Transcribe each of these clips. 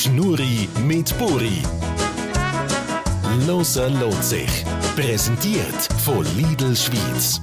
Schnurri mit Buri. Hören lohnt sich. Präsentiert von Lidl Schweiz.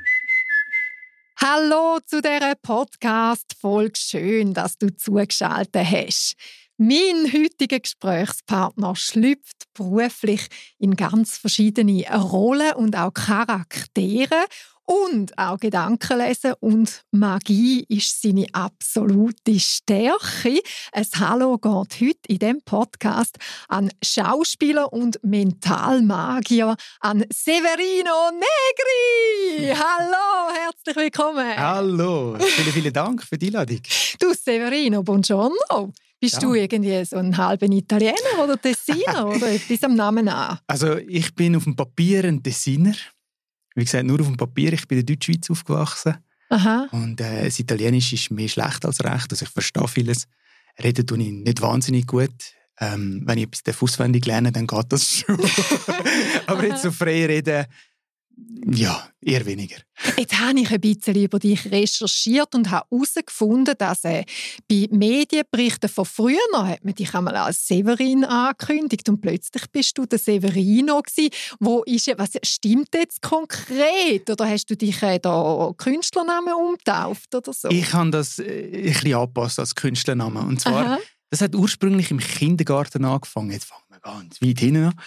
Hallo zu dieser Podcast-Folge. Schön, dass du zugeschaltet hast. Mein heutiger Gesprächspartner schlüpft beruflich in ganz verschiedene Rollen und auch Charaktere. Und auch Gedankenlesen und Magie ist seine absolute Stärke. Ein Hallo geht heute in diesem Podcast an Schauspieler und Mentalmagier, an Severino Negri. Hallo, herzlich willkommen. Hallo, vielen Dank für die Einladung. Du, Severino, buongiorno. Bist du irgendwie so ein halber Italiener oder Tessiner oder etwas am Namen an? Also ich bin auf dem Papier ein Tessiner. Wie gesagt, nur auf dem Papier. Ich bin in der Deutschschweiz aufgewachsen. Aha. Und das Italienisch ist mehr schlecht als recht. Also ich verstehe vieles. Reden tue ich nicht wahnsinnig gut. Wenn ich etwas auswendig lerne, dann geht das schon. Aber jetzt so frei reden, ja, eher weniger. Jetzt habe ich ein bisschen über dich recherchiert und habe herausgefunden, dass bei Medienberichten von früher hat man dich einmal als Severin angekündigt und plötzlich bist du der Severino gewesen. Was stimmt jetzt konkret? Oder hast du dich da Künstlernamen umgetauft oder so? Ich habe das ein bisschen angepasst als Künstlernamen. Und zwar, das hat ursprünglich im Kindergarten angefangen. Jetzt fangen wir ganz weit hinten an.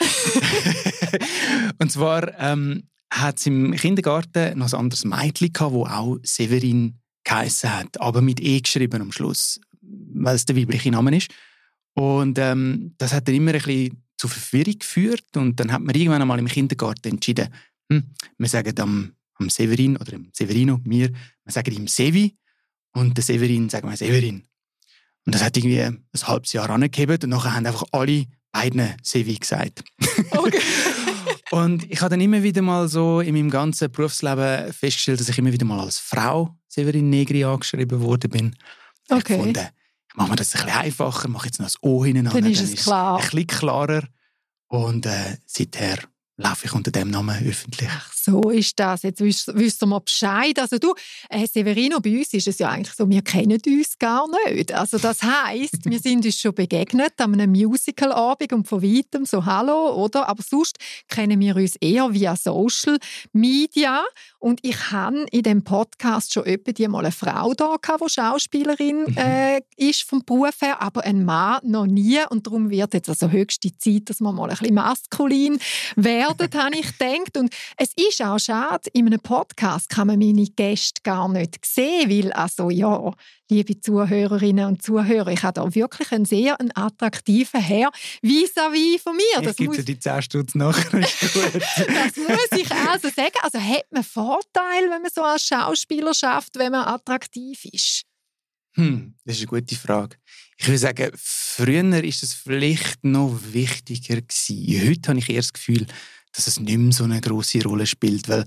Und zwar hat es im Kindergarten noch ein anderes Mädchen gehabt, das auch Severin geheissen hat, aber mit E geschrieben am Schluss, weil es der weibliche Name ist. Und das hat dann immer ein bisschen zu Verwirrung geführt und dann hat man irgendwann einmal im Kindergarten entschieden, wir sagen am Severin oder dem Severino, wir sagen ihm Sevi und der Severin sagen wir Severin. Und das hat irgendwie ein halbes Jahr angegeben und nachher haben einfach alle beiden Sevi gesagt. Okay. Und ich habe dann immer wieder mal so in meinem ganzen Berufsleben festgestellt, dass ich immer wieder mal als Frau Severin Negri angeschrieben worden bin. Okay. Ich gefunden, ich mache mir das ein bisschen einfacher, mache jetzt noch das O hinten an. Dann ist es klar. Ein bisschen klarer. Und seither laufe ich unter dem Namen öffentlich. Ach, so ist das. Jetzt wissen wir Bescheid. Also du, Severino, bei uns ist es ja eigentlich so, wir kennen uns gar nicht. Also das heisst, wir sind uns schon begegnet an einem Musical-Abend und von weitem so «Hallo», oder? Aber sonst kennen wir uns eher via Social Media. Und ich habe in diesem Podcast schon mal eine Frau da gehabt, die Schauspielerin ist vom Beruf her, aber ein Mann noch nie. Und darum wird jetzt also höchste Zeit, dass wir mal ein bisschen maskulin werden, habe ich gedacht. Und es ist auch schade, in einem Podcast kann man meine Gäste gar nicht sehen, weil, also ja, liebe Zuhörerinnen und Zuhörer, ich habe da wirklich einen sehr attraktiven Herr vis-à-vis von mir. Ich gebe dir die 10 Stutz nachher. Ist gut. Das muss ich also sagen. Also hat man Vorteile, wenn man so als Schauspieler schafft, wenn man attraktiv ist? Das ist eine gute Frage. Ich würde sagen, früher war es vielleicht noch wichtiger gewesen. Heute habe ich eher das Gefühl, dass es nicht mehr so eine grosse Rolle spielt, weil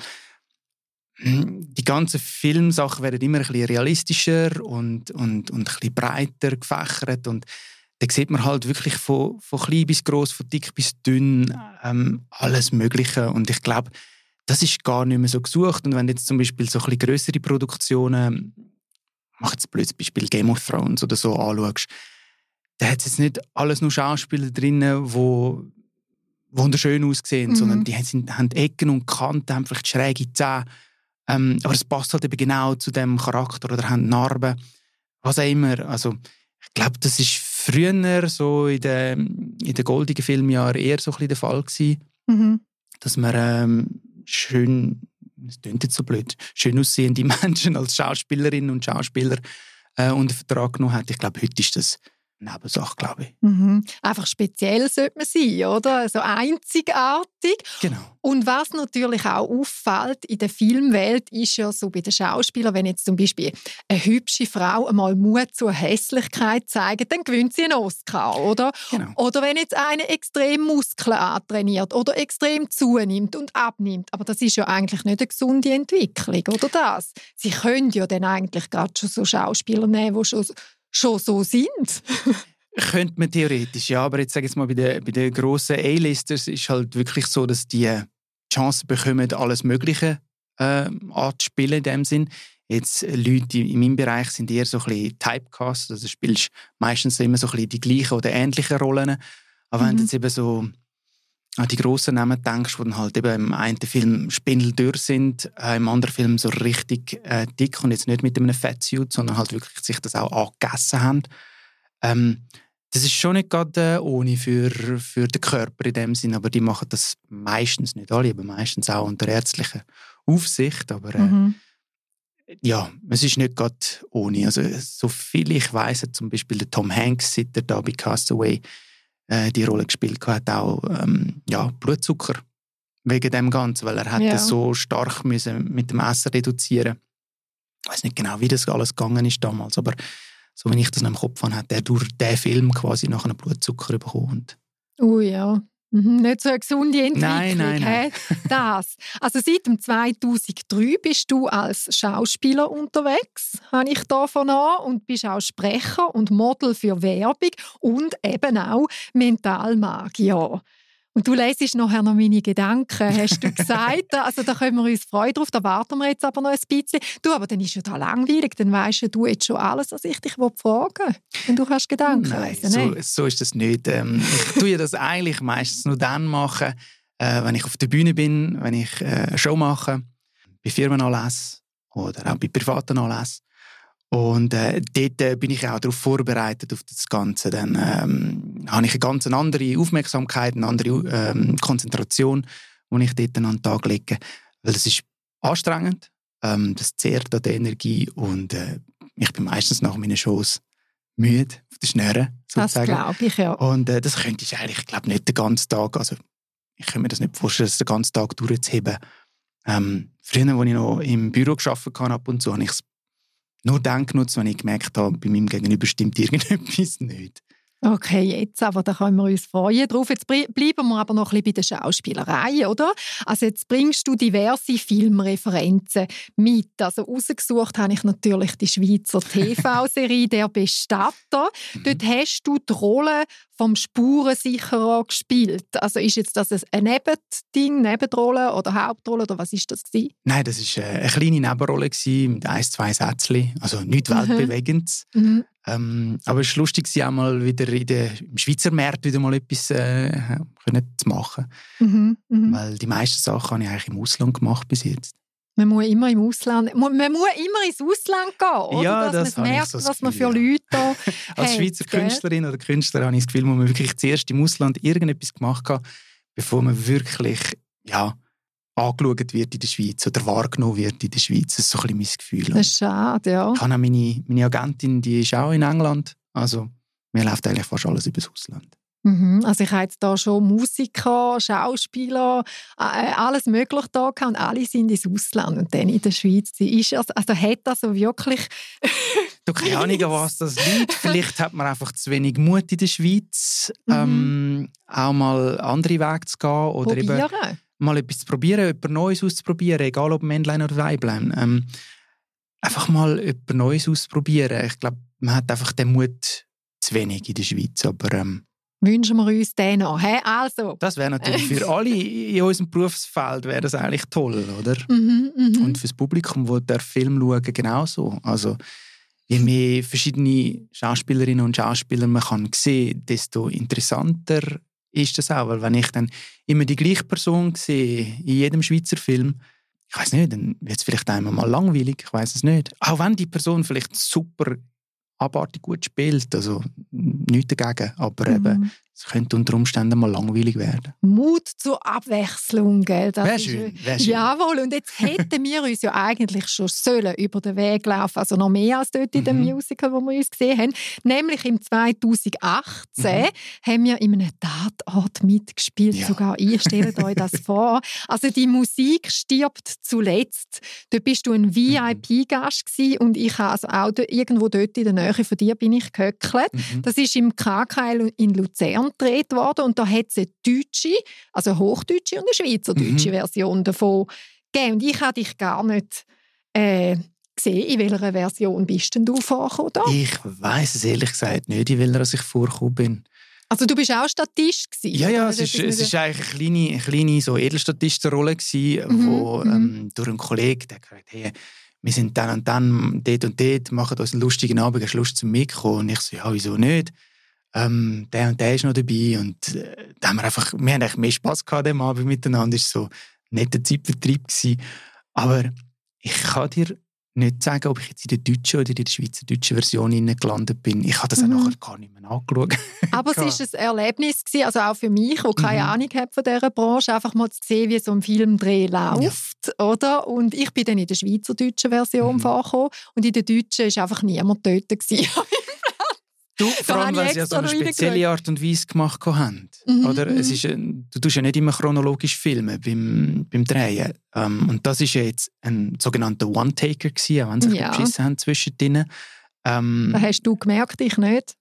die ganzen Filmsachen werden immer ein bisschen realistischer und ein bisschen breiter gefächert und da sieht man halt wirklich von klein bis gross, von dick bis dünn alles Mögliche und ich glaube, das ist gar nicht mehr so gesucht und wenn du jetzt zum Beispiel so ein bisschen grössere Produktionen, mach jetzt blödes Beispiel Game of Thrones oder so anschaust, da hat es jetzt nicht alles nur Schauspieler drin, die wunderschön aussehen, sondern die haben Ecken und Kanten, haben vielleicht schräge Zähne. Aber es passt halt eben genau zu dem Charakter oder haben Narben, was auch immer. Also, ich glaube, das ist früher so in den goldenen Filmjahren eher so ein bisschen der Fall gewesen, dass man schön, das klingt jetzt so blöd, schön aussehende Menschen als Schauspielerinnen und Schauspieler unter Vertrag genommen hat. Ich glaube, heute ist das Nebensache, glaube ich. Einfach speziell sollte man sein, oder? Also einzigartig. Genau. Und was natürlich auch auffällt in der Filmwelt, ist ja so bei den Schauspielern, wenn jetzt zum Beispiel eine hübsche Frau einmal Mut zur Hässlichkeit zeigt, dann gewinnt sie einen Oscar, oder? Genau. Oder wenn jetzt eine extrem Muskeln antrainiert oder extrem zunimmt und abnimmt. Aber das ist ja eigentlich nicht eine gesunde Entwicklung, oder das? Sie können ja dann eigentlich gerade schon so Schauspieler nehmen, die schon so sind. Könnte man theoretisch, ja. Aber jetzt sage ich mal, bei den grossen A-Listers ist halt wirklich so, dass die Chance bekommen, alles Mögliche anzuspielen in dem Sinn. Jetzt Leute in meinem Bereich sind eher so ein bisschen typecast, also spielst meistens immer so ein bisschen die gleichen oder ähnlichen Rollen. Aber wenn du jetzt eben so an die grossen Namen denkst, die dann halt eben im einen Film spindeldürr sind, im anderen Film so richtig dick und jetzt nicht mit einem Fettsuit, sondern halt wirklich sich das auch angegessen haben. Das ist schon nicht gerade ohne für den Körper in dem Sinn, aber die machen das meistens nicht alle, aber meistens auch unter ärztlicher Aufsicht. Aber ja, es ist nicht gerade ohne. Also, so viel ich weiss, hat zum Beispiel der Tom Hanks, seit er da bei Castaway die Rolle gespielt hat, auch Blutzucker wegen dem Ganzen, weil er hat das so stark müssen mit dem Essen reduzieren. Ich weiß nicht genau, wie das alles gegangen ist damals, aber so wie ich das noch im Kopf habe, hat er durch diesen Film quasi nach einem Blutzucker bekommen. Ja. Nicht so eine gesunde Entwicklung. Nein. Das. Also seit dem 2003 bist du als Schauspieler unterwegs, habe ich davon an, und bist auch Sprecher und Model für Werbung und eben auch Mentalmagier. Und du lesest nachher noch meine Gedanken, hast du gesagt. Also da können wir uns freuen drauf, da warten wir jetzt aber noch ein bisschen. Du, aber dann ist ja da langweilig, dann weisst du jetzt schon alles, was ich dich fragen will. Wenn du kannst Gedanken lesen. So ist das nicht. Ich tue das eigentlich meistens nur dann machen, wenn ich auf der Bühne bin, wenn ich eine Show mache, bei Firmenanlässen oder auch bei privaten Anlässen. Und dort bin ich auch darauf vorbereitet, auf das Ganze. Dann habe ich eine ganz andere Aufmerksamkeit, eine andere Konzentration, die ich dort an den Tag lege. Weil das ist anstrengend, das zehrt an der Energie und ich bin meistens nach meinen Shows müde, auf der Schnurren, sozusagen. Das glaube ich, ja. Und das könnte ich eigentlich, glaube nicht den ganzen Tag, also ich kann mir das nicht vorstellen, das den ganzen Tag durchzuheben. Früher, als ich noch im Büro gearbeitet habe, ab und zu, habe ich es nur dann genutzt, wenn ich gemerkt habe, bei meinem Gegenüber stimmt irgendetwas nicht. Okay, jetzt aber, da können wir uns freuen drauf. Jetzt bleiben wir aber noch ein bisschen bei der Schauspielerei, oder? Also jetzt bringst du diverse Filmreferenzen mit. Also rausgesucht habe ich natürlich die Schweizer TV-Serie «Der Bestatter». Dort hast du die Rolle vom Spurensicherer gespielt. Also ist jetzt das ein Nebenrolle oder Hauptrolle oder was ist das gewesen? Nein, das war eine kleine Nebenrolle mit 1-2 Sätzchen, also nichts Weltbewegendes. Aber es war lustig, auch mal wieder im Schweizer Markt wieder mal etwas zu machen. Weil die meisten Sachen habe ich eigentlich im Ausland gemacht bis jetzt. Man muss immer ins Ausland gehen, oder? Ja, dass man merkt, so was man für Leute da als Schweizer Künstlerin oder Künstler habe ich das Gefühl, wo man wirklich zuerst im Ausland irgendetwas gemacht hat, bevor man wirklich angeschaut wird in der Schweiz oder wahrgenommen wird in der Schweiz. Das ist so ein bisschen mein Gefühl. Das ist schade, ja. Ich habe auch meine Agentin, die ist auch in England. Also mir läuft eigentlich fast alles über das Ausland. Also ich habe jetzt da schon Musiker, Schauspieler, alles Mögliche da gehabt und alle sind ins Ausland und dann in der Schweiz. Also hat das so wirklich... Du, keine Ahnung, was das liegt. Vielleicht hat man einfach zu wenig Mut in der Schweiz, auch mal andere Wege zu gehen. Oder eben mal etwas zu probieren, etwas Neues auszuprobieren, egal ob Männlein oder Weiblein. Einfach mal etwas Neues auszuprobieren. Ich glaube, man hat einfach den Mut zu wenig in der Schweiz, aber... wünschen wir uns den noch. Also. Das wäre natürlich für alle in unserem Berufsfeld wäre das eigentlich toll, oder? Und für das Publikum, das den Film schauen, genauso. Also, je mehr verschiedene Schauspielerinnen und Schauspieler man kann sehen, desto interessanter ist das auch. Weil wenn ich dann immer die gleiche Person sehe in jedem Schweizer Film, ich weiss nicht, dann wird es vielleicht einmal mal langweilig, ich weiss es nicht. Auch wenn die Person vielleicht super abartig gut spielt, also nichts dagegen, aber eben, es könnte unter Umständen mal langweilig werden. Mut zur Abwechslung, gell? Wäre schön. Jawohl, und jetzt hätten wir uns ja eigentlich schon über den Weg laufen, also noch mehr als dort in dem Musical, wo wir uns gesehen haben. Nämlich im 2018 haben wir in einem Tatort mitgespielt, sogar ich, stellt euch das vor. Also die Musik stirbt zuletzt. Dort bist du ein VIP-Gast gewesen und ich habe also auch irgendwo dort in der Nähe von dir bin ich gehöckelt. Das ist im KKL in Luzern gedreht worden und da hat es eine deutsche, also eine hochdeutsche und eine schweizerdeutsche Version davon gegeben. Und ich habe dich gar nicht gesehen. In welcher Version bist denn du vorgekommen? Ich weiss es ehrlich gesagt nicht, in welcher ich vorgekommen bin. Also du bist auch Statist gewesen? Ja, es ist eigentlich eine kleine so Edelstatistenrolle gewesen, wo durch einen Kollegen, der gesagt hat, hey, wir sind dann und dort, machen uns einen lustigen Abend, hast du Lust zum Mitkommen? Und ich so, ja, wieso nicht? Der und der ist noch dabei. Und da haben wir haben eigentlich mehr Spass gehabt an dem Abend miteinander. Es war so ein netter Zeitvertreib gewesen. Aber ich kann dir nicht sagen, ob ich jetzt in der deutschen oder in der schweizerdeutschen Version gelandet bin. Ich habe das auch nachher gar nicht mehr angeschaut. Aber es war ein Erlebnis gewesen, also auch für mich, der keine Ahnung hat von dieser Branche, einfach mal zu sehen, wie so ein Filmdreh läuft, oder? Und ich bin dann in der schweizerdeutschen Version vorgekommen und in der deutschen war einfach niemand dort gewesen. Du, vor allem, weil sie ja so eine spezielle Art und Weise gemacht haben. Oder? Es ist, du tust ja nicht immer chronologisch filmen beim Drehen. Und das war ja jetzt ein sogenannter One-Taker gewesen, auch wenn sie sich beschissen haben zwischendrin. Das hast du gemerkt, ich nicht.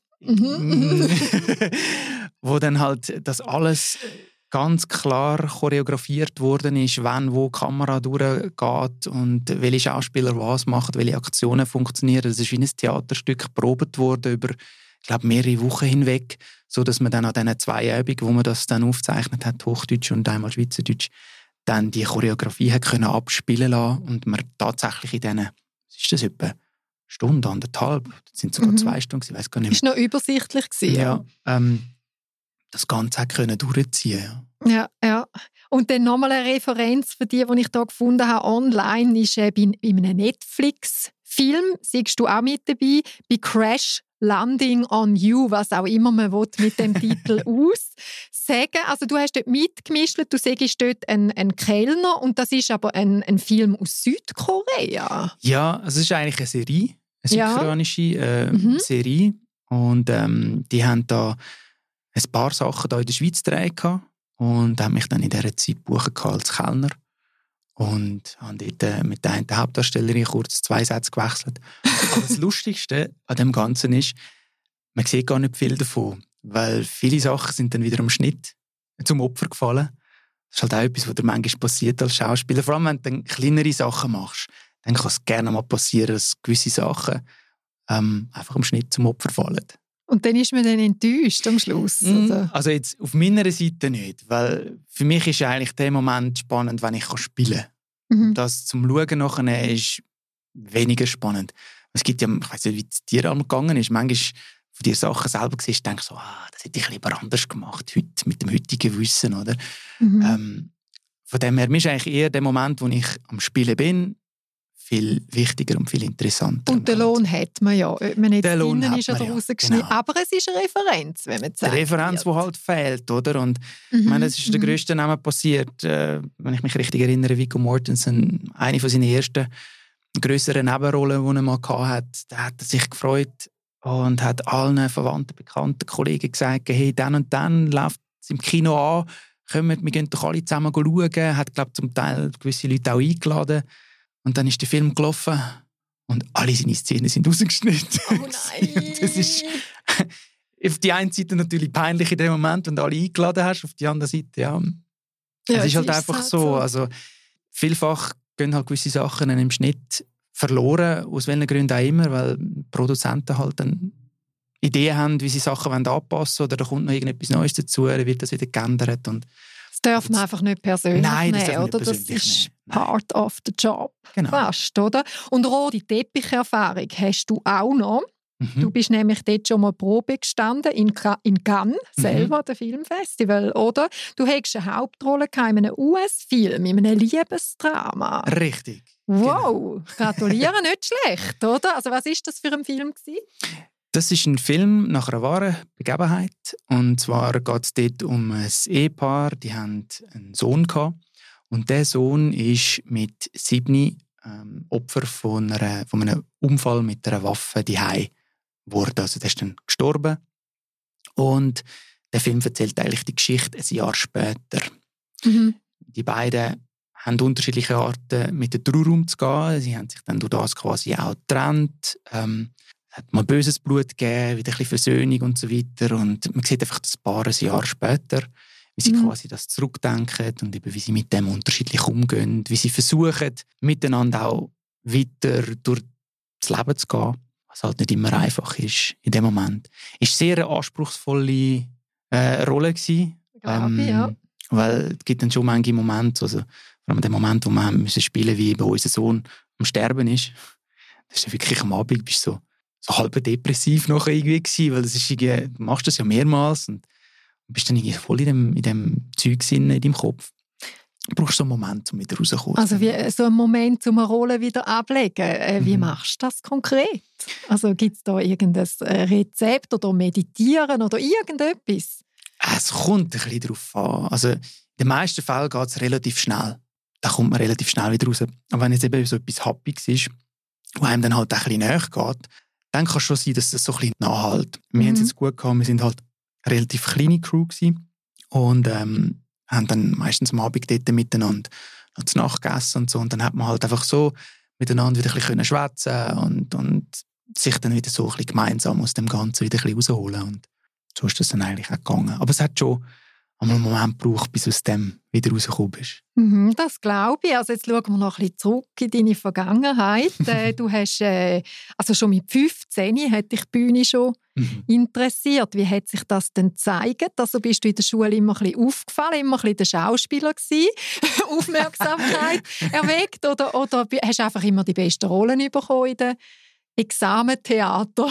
Wo dann halt das alles ganz klar choreografiert worden ist, wann wo die Kamera durchgeht und welche Schauspieler was machen, welche Aktionen funktionieren. Das ist wie ein Theaterstück geprobt worden über, ich glaube, mehrere Wochen hinweg, so dass man dann an diesen 2 Übungen, wo man das dann aufgezeichnet hat, Hochdeutsch und einmal Schweizerdeutsch, dann die Choreografie hat können abspielen lassen und man tatsächlich in diesen, was ist das, etwa eine Stunde, 1,5, das sind sogar 2 Stunden, ich weiß gar nicht mehr. Ist noch übersichtlich gewesen. Ja, das Ganze hat können durchziehen. Ja. Und dann nochmal eine Referenz für die ich hier gefunden habe online, ist bei einem Netflix-Film, siehst du auch mit dabei, bei Crash Landing on You, was auch immer man will, mit dem Titel aussagen. Also du hast dort mitgemischt, du sagst dort ein Kellner und das ist aber ein Film aus Südkorea. Ja, also es ist eigentlich eine Serie, eine südkoreanische Serie und die haben da ein paar Sachen hier in der Schweiz gedreht und haben mich dann in dieser Zeit gebucht als Kellner und haben dort mit der Hauptdarstellerin kurz 2 Sätze gewechselt. Aber das Lustigste an dem Ganzen ist, man sieht gar nicht viel davon, weil viele Sachen sind dann wieder am Schnitt zum Opfer gefallen. Das ist halt auch etwas, was dir manchmal passiert als Schauspieler. Vor allem, wenn du dann kleinere Sachen machst, dann kann es gerne mal passieren, dass gewisse Sachen einfach am Schnitt zum Opfer fallen. Und dann ist man dann enttäuscht am Schluss? Also jetzt auf meiner Seite nicht, weil für mich ist eigentlich der Moment spannend, wenn ich spielen kann. Das zum Schauen nachher ist weniger spannend. Es gibt ja, ich weiss nicht, wie es dir einmal gegangen ist, manchmal von dir Sachen selber siehst, denkst du so, das hätte ich lieber anders gemacht, heute, mit dem heutigen Wissen, oder? Von dem her, mir ist eigentlich eher der Moment, wo ich am Spielen bin, viel wichtiger und viel interessanter. Und den Lohn hat man ja. Ob man jetzt drinnen ist oder rausgeschnitten. Genau. Aber es ist eine Referenz, wenn man sagt. Eine Referenz, die halt fehlt, oder? Und ich meine, das ist der grösste Name passiert. Wenn ich mich richtig erinnere, Viggo Mortensen, eine von seinen ersten grösseren Nebenrollen, die er mal hatte, da hat er sich gefreut und hat allen Verwandten, Bekannten, Kollegen gesagt, hey, dann und dann läuft es im Kino an, kommt, wir gehen doch alle zusammen schauen. Hat, glaube ich, zum Teil gewisse Leute auch eingeladen. Und dann ist der Film gelaufen und alle seine Szenen sind rausgeschnitten. Oh nein! Das ist auf die einen Seite natürlich peinlich in dem Moment, wenn du alle eingeladen hast, auf die andere Seite, ja. Es ist halt einfach so. Also, vielfach gehen halt gewisse Sachen im Schnitt verloren, aus welchen Gründen auch immer, weil Produzenten halt dann Ideen haben, wie sie Sachen anpassen wollen, oder da kommt noch irgendetwas Neues dazu, dann wird das wieder geändert. Und das darf man einfach nicht persönlich nehmen, oder? Das ist part of the job. Genau. Fast, oder? Und rote Teppicherfahrung hast du auch noch. Du bist nämlich dort schon mal Probe gestanden, in Cannes selber, dem Filmfestival, oder? Du hast eine Hauptrolle in einem US-Film, in einem Liebesdrama. Richtig. Wow, genau. Gratuliere, nicht schlecht, oder? Also was war das für ein Film gewesen? Das ist ein Film nach einer wahren Begebenheit. Und zwar geht es dort um ein Ehepaar, die haben einen Sohn gehabt. Und dieser Sohn ist mit 7 Opfer von einem Unfall mit einer Waffe daheim geworden. Also der ist dann gestorben. Und der Film erzählt eigentlich die Geschichte ein Jahr später. Die beiden haben unterschiedliche Arten, mit der Trauer umzugehen. Sie haben sich dann durch das quasi auch getrennt. Es hat mal böses Blut gegeben, wieder ein bisschen Versöhnung und so weiter. Und man sieht einfach das Paar ein Jahr später, wie sie quasi das zurückdenken und eben, wie sie mit dem unterschiedlich umgehen, wie sie versuchen, miteinander auch weiter durch das Leben zu gehen, was halt nicht immer einfach ist in dem Moment. Es war sehr eine anspruchsvolle Rolle gewesen, ja. weil es gibt dann schon manche Momente, also vor allem den Moment, wo wir haben müssen spielen, wie bei unserem Sohn am Sterben ist, das ist ja wirklich am Abend, bist so halb depressiv noch irgendwie gewesen, weil das ist irgendwie, du machst das ja mehrmals und bist dann irgendwie voll in dem Zeug in deinem Kopf. Du brauchst so einen Moment, um wieder rauszukommen. Also wie so einen Moment, um eine Rolle wieder ablegen. Wie machst du das konkret? Also gibt es da irgendein Rezept oder Meditieren oder irgendetwas? Es kommt ein bisschen darauf an. Also in den meisten Fällen geht es relativ schnell. Da kommt man relativ schnell wieder raus. Aber wenn es eben so etwas Happiges ist, wo einem dann halt ein bisschen näher geht, dann kann es schon sein, dass das so ein bisschen nachhält. Wir haben es jetzt gut gehabt, wir sind halt eine relativ kleine Crew gewesen und haben dann meistens am Abend dort miteinander noch zu Nacht gegessen und so. Und dann hat man halt einfach so miteinander wieder ein bisschen schwätzen und sich dann wieder so ein bisschen gemeinsam aus dem Ganzen wieder ein bisschen rausholen. Und so ist das dann eigentlich auch gegangen. Aber es hat schon einmal einen Moment gebraucht, bis du aus dem wieder rausgekommen bist. Das glaube ich. Also jetzt schauen wir noch ein bisschen zurück in deine Vergangenheit. Du hast, also schon mit 15 hat dich die Bühne schon interessiert. Wie hat sich das denn gezeigt? Also bist du in der Schule immer ein bisschen aufgefallen, immer ein bisschen der Schauspieler gewesen, Aufmerksamkeit erweckt oder hast du einfach immer die besten Rollen bekommen in den Examentheater?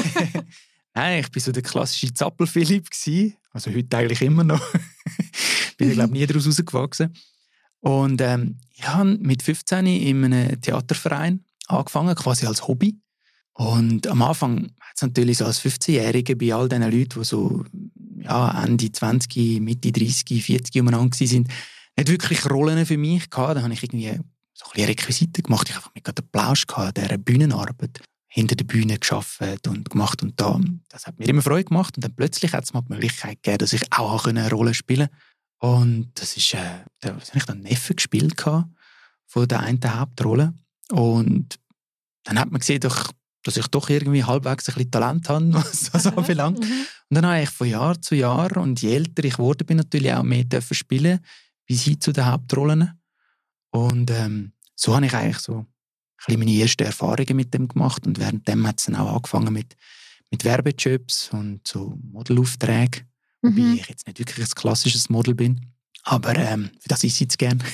Nein, ich war so der klassische Zappel-Philipp. Also heute eigentlich immer noch. Bin ich, glaube nie daraus rausgewachsen. Und ich habe mit 15 in einem Theaterverein angefangen, quasi als Hobby. Und am Anfang hat es natürlich so als 15-Jährige bei all diesen Leuten, die so Ende 20, Mitte 30, 40 umeinander waren, nicht wirklich Rollen für mich gehabt. Da habe ich irgendwie so ein bisschen Requisiten gemacht. Ich habe einfach mit Applaus gehabt, dieser Bühnenarbeit. Hinter der Bühne gearbeitet und gemacht und da. Das hat mir immer Freude gemacht. Und dann plötzlich hat es mal die Möglichkeit gegeben, dass ich auch eine Rolle spielen konnte. Und das ist, da habe ich dann Neffe gespielt von der einen Hauptrolle. Und dann hat man gesehen, dass ich doch irgendwie halbwegs ein bisschen Talent habe, was das anbelangt. Und dann habe ich von Jahr zu Jahr, und je älter ich geworden bin, natürlich auch mehr spielen, bis hin zu den Hauptrollen. Und so habe ich eigentlich so meine ersten Erfahrungen mit dem gemacht und währenddem hat es dann auch angefangen mit Werbejobs und so Modelaufträgen, wobei ich jetzt nicht wirklich ein klassisches Model bin, aber für das ist es jetzt gern.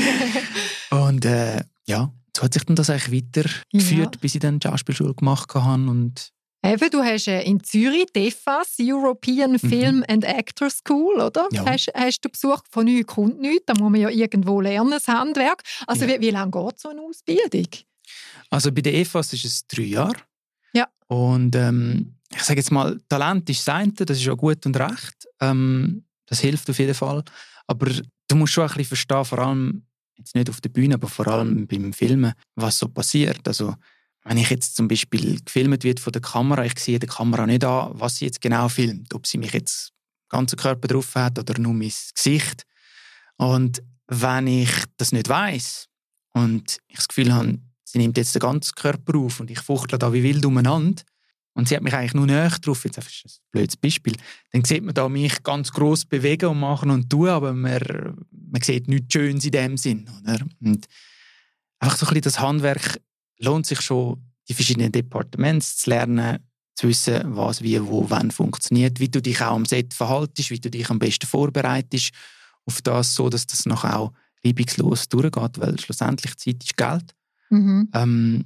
Und so hat sich dann das eigentlich weitergeführt, bis ich dann die Schauspielschule gemacht habe und eben, du hast in Zürich die EFAS, European Film and Actor School, oder? Ja. Hast du besucht, von nichts kommt nichts, da muss man ja irgendwo lernen, das Handwerk. Also wie lange geht so eine Ausbildung? Also bei der EFAS ist es 3 Jahre. Ja. Und ich sage jetzt mal, Talent ist das eine, das ist ja gut und recht. Das hilft auf jeden Fall. Aber du musst schon ein bisschen verstehen, vor allem, jetzt nicht auf der Bühne, aber vor allem beim Filmen, was so passiert. Also wenn ich jetzt zum Beispiel gefilmt wird von der Kamera, ich sehe der Kamera nicht an, was sie jetzt genau filmt. Ob sie mich jetzt den ganzen Körper drauf hat oder nur mein Gesicht. Und wenn ich das nicht weiss und ich das Gefühl habe, sie nimmt jetzt den ganzen Körper auf und ich fuchtle da wie wild umeinander und sie hat mich eigentlich nur näher drauf, jetzt ist das ein blödes Beispiel, dann sieht man da mich ganz gross bewegen und machen und tun, aber man sieht nichts Schönes in dem Sinn. Oder? Und einfach so ein bisschen das Handwerk lohnt sich schon, die verschiedenen Departements zu lernen, zu wissen, was, wie, wo, wann funktioniert, wie du dich auch am Set verhaltest, wie du dich am besten vorbereitest auf das, so dass das nachher auch reibungslos durchgeht, weil schlussendlich Zeit ist Geld. Und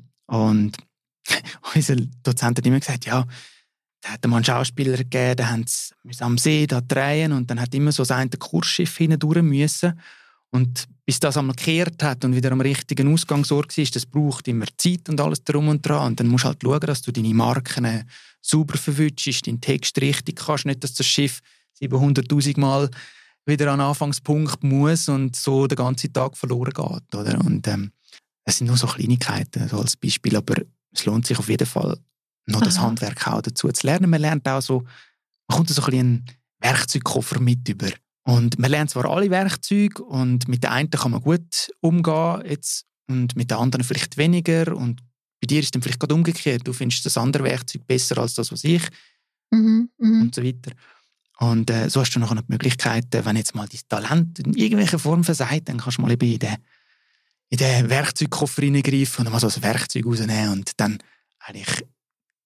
unser Dozent hat immer gesagt, ja, da hat mal einen Schauspieler gegeben, da haben sie am See da drehen und dann hat immer so ein Kursschiff hindurch müssen. Und bis das einmal gekehrt hat und wieder am richtigen Ausgangsort war, das braucht immer Zeit und alles drum und dran. Und dann musst du halt schauen, dass du deine Marken sauber verwutschst, deinen Text richtig kannst, nicht, dass das Schiff 700'000 Mal wieder an den Anfangspunkt muss und so den ganzen Tag verloren geht. Oder? Und es sind nur so Kleinigkeiten so als Beispiel, aber es lohnt sich auf jeden Fall, noch das Handwerk auch dazu zu lernen. Man lernt auch so, man kommt so ein bisschen einen Werkzeugkoffer mit über. Und man lernt zwar alle Werkzeuge und mit der einen kann man gut umgehen jetzt, und mit der anderen vielleicht weniger. Und bei dir ist es dann vielleicht gerade umgekehrt. Du findest das andere Werkzeug besser als das, was ich. Und so weiter. Und so hast du noch die Möglichkeit, wenn jetzt mal dein Talent in irgendwelcher Form versagt, dann kannst du mal eben in den Werkzeugkoffer reingreifen und mal so ein Werkzeug rausnehmen und dann eigentlich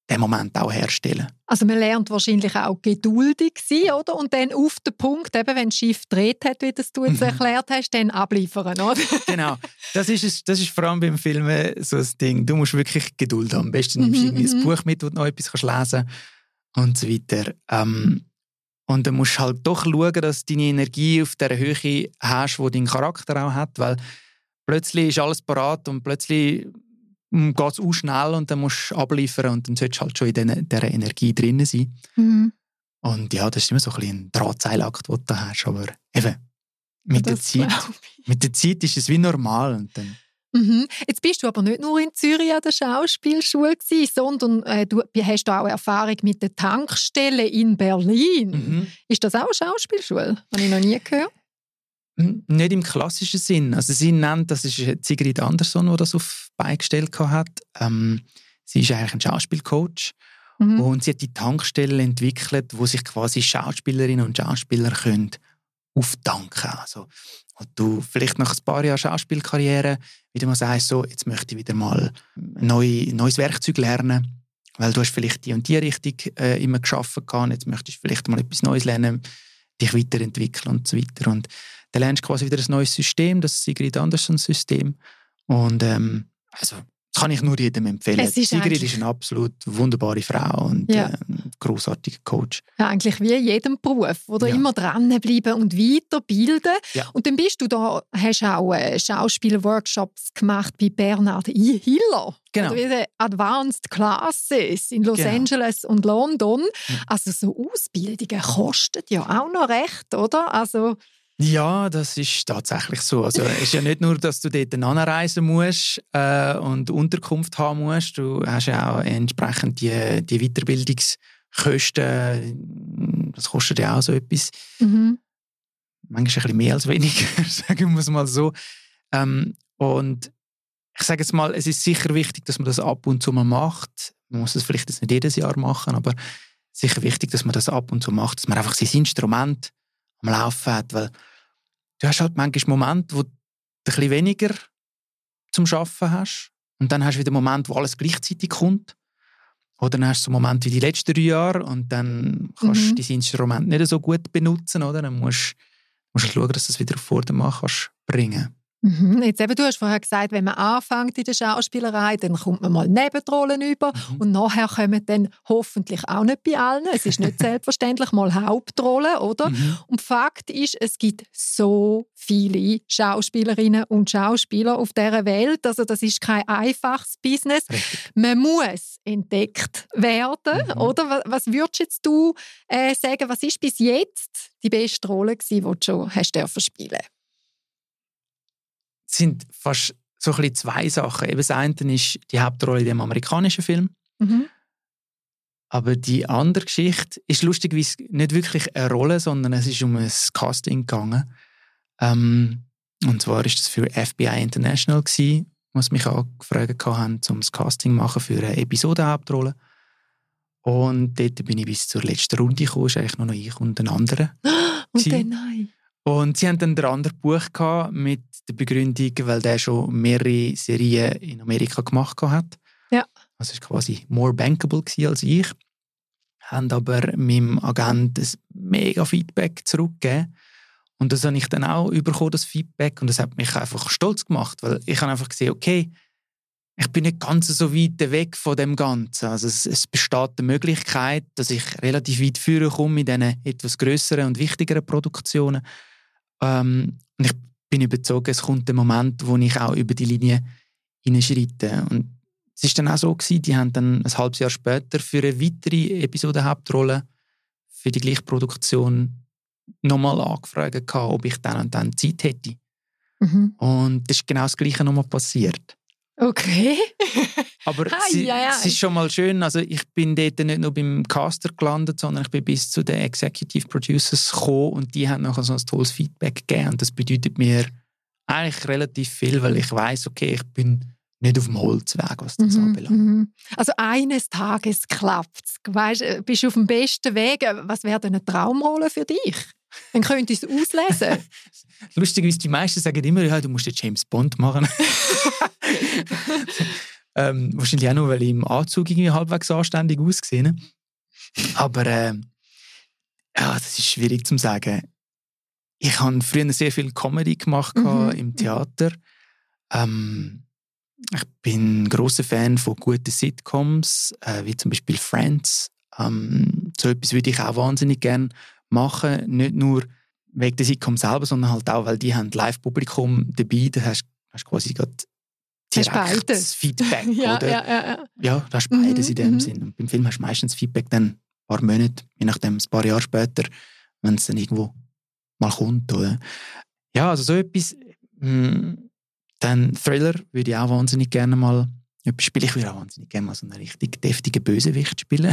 den Moment auch herstellen. Also man lernt wahrscheinlich auch geduldig sein, oder? Und dann auf den Punkt, eben, wenn das Schiff gedreht hat, wie das du jetzt erklärt hast, dann abliefern, oder? Genau. Das ist vor allem beim Filmen so ein Ding. Du musst wirklich Geduld haben. Am besten nimmst du irgendwie ein Buch mit, wo du noch etwas lesen kannst und so weiter. Und dann musst du halt doch schauen, dass du deine Energie auf der Höhe hast, die dein Charakter auch hat, weil plötzlich ist alles parat und plötzlich geht es auch schnell und dann musst du abliefern und dann solltest du halt schon in dieser Energie drin sein. Mhm. Und ja, das ist immer so ein bisschen ein Drahtseilakt, den du da hast, aber eben, mit der Zeit ist es wie normal. Und dann Jetzt bist du aber nicht nur in Zürich an der Schauspielschule gewesen, sondern du hast auch Erfahrung mit den Tankstellen in Berlin. Ist das auch eine Schauspielschule? Habe ich noch nie gehört. Nicht im klassischen Sinn. Also sie nennt, das ist Sigrid Andersson, die das auf die Beine gestellt hat. Sie ist eigentlich ein Schauspielcoach und sie hat die Tankstelle entwickelt, wo sich quasi Schauspielerinnen und Schauspieler können auftanken. Also du vielleicht nach ein paar Jahren Schauspielkarriere wieder mal sagst, so, jetzt möchte ich wieder mal ein neues Werkzeug lernen, weil du hast vielleicht die und die Richtung immer geschaffen und jetzt möchtest du vielleicht mal etwas Neues lernen, dich weiterentwickeln und so weiter. Und dann lernst du quasi wieder ein neues System, das Sigrid Andersson-System. Und also das kann ich nur jedem empfehlen. Sigrid ist eine absolut wunderbare Frau und ein grossartiger Coach. Ja, eigentlich wie in jedem Beruf, wo du immer dranbleiben und weiterbilden. Ja. Und dann bist du da, hast auch Schauspielworkshops gemacht bei Bernhard Hiller. Genau. Oder wie Advanced Classes in Los Angeles und London. Also so Ausbildungen kosten ja auch noch recht, oder? Also ja, das ist tatsächlich so. Also, es ist ja nicht nur, dass du dort anreisen musst und Unterkunft haben musst. Du hast ja auch entsprechend die Weiterbildungskosten. Das kostet ja auch so etwas. Manchmal ein bisschen mehr als weniger, sagen wir es mal so. Und ich sage jetzt mal, es ist sicher wichtig, dass man das ab und zu mal macht. Man muss es vielleicht jetzt nicht jedes Jahr machen, aber sicher wichtig, dass man das ab und zu macht, dass man einfach sein Instrument am Laufen hat, weil du hast halt manchmal Momente, wo du ein bisschen weniger zum Arbeiten hast und dann hast du wieder Momente, wo alles gleichzeitig kommt. Oder dann hast du so Momente wie die letzten 3 Jahre und dann kannst du dein Instrument nicht so gut benutzen, oder? Dann musst du schauen, dass du es wieder auf Vordermann kannst bringen. Jetzt eben, du hast vorher gesagt, wenn man anfängt in der Schauspielerei, dann kommt man mal Nebenrollen über und nachher kommen dann hoffentlich auch nicht bei allen. Es ist nicht selbstverständlich mal Hauptrollen, oder? Und Fakt ist, es gibt so viele Schauspielerinnen und Schauspieler auf dieser Welt. Also das ist kein einfaches Business. Richtig. Man muss entdeckt werden, oder? Was würdest jetzt du sagen, was ist bis jetzt die beste Rolle gewesen, die du schon hast spielen dürfen? Es sind fast so ein bisschen 2 Sachen. Eben das eine ist die Hauptrolle in dem amerikanischen Film. Aber die andere Geschichte ist lustigerweise nicht wirklich eine Rolle, sondern es ist um ein Casting gegangen. Und zwar war das für FBI International gewesen, was mich angefragt haben, um das Casting zu machen für eine Episodenhauptrolle. Und dort bin ich bis zur letzten Runde gekommen. Es war eigentlich nur noch ich und ein anderer. Und dann nein. Und sie hatten dann ein anderes Buch gehabt mit der Begründung, weil der schon mehrere Serien in Amerika gemacht hat. Ja. Also es war quasi more bankable als ich. Haben aber meinem Agent ein mega Feedback zurückgegeben. Und das habe ich dann auch bekommen, das Feedback. Und das hat mich einfach stolz gemacht, weil ich habe einfach gesehen, okay, ich bin nicht ganz so weit weg von dem Ganzen. Also es besteht die Möglichkeit, dass ich relativ weit führen komme in diesen etwas grösseren und wichtigeren Produktionen. Und ich bin überzeugt, es kommt der Moment, wo ich auch über die Linie hineinschreite. Und es war dann auch so gewesen, die haben dann ein halbes Jahr später für eine weitere Episode-Hauptrolle für die gleiche Produktion nochmal angefragt, ob ich dann und dann Zeit hätte. Und das ist genau das Gleiche nochmal passiert. Okay. Aber es ist schon mal schön, also ich bin dort nicht nur beim Caster gelandet, sondern ich bin bis zu den Executive Producers gekommen und die haben nachher so ein tolles Feedback gegeben und das bedeutet mir eigentlich relativ viel, weil ich weiss, okay, ich bin nicht auf dem Holzweg, was das anbelangt. Also eines Tages klappt es. Bist du auf dem besten Weg? Was wäre denn eine Traumrolle für dich? Dann könnt ihr es auslesen. Lustigerweise, die meisten sagen immer, ja, du musst den James Bond machen. Wahrscheinlich auch nur, weil ich im Anzug irgendwie halbwegs anständig aussehe. Aber das ist schwierig zu sagen. Ich habe früher sehr viel Comedy gemacht im Theater. Ich bin ein grosser Fan von guten Sitcoms, wie zum Beispiel Friends. So etwas würde ich auch wahnsinnig gerne machen. Nicht nur wegen der Sitcom selber, sondern halt auch, weil die haben Live-Publikum dabei. Da hast du quasi gerade direktes Feedback. Ja, oder? ja. Ja, du hast beides in dem Sinn. Und beim Film hast du meistens Feedback dann ein paar Monate, je nachdem ein paar Jahre später, wenn es dann irgendwo mal kommt. Oder? Ja, also so etwas. Dann Thriller würde ich auch wahnsinnig gerne mal etwas spielen. Ich würde auch wahnsinnig gerne mal so einen richtig deftigen Bösewicht spielen.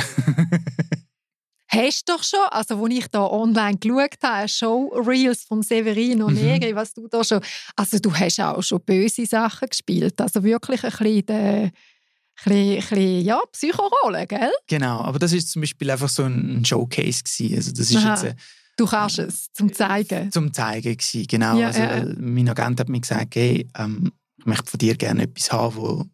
Hast du doch schon, also als ich da online geschaut habe, Showreels von Severino Negri, was du da schon, also du hast auch schon böse Sachen gespielt, also wirklich ein bisschen ja, Psychorolle, gell? Genau, aber das ist zum Beispiel einfach so ein Showcase gewesen. Also das ist jetzt, du kannst es, zum Zeigen. Zum Zeigen gewesen, genau. Ja, also, mein Agent hat mir gesagt, hey, ich möchte von dir gerne etwas haben, wo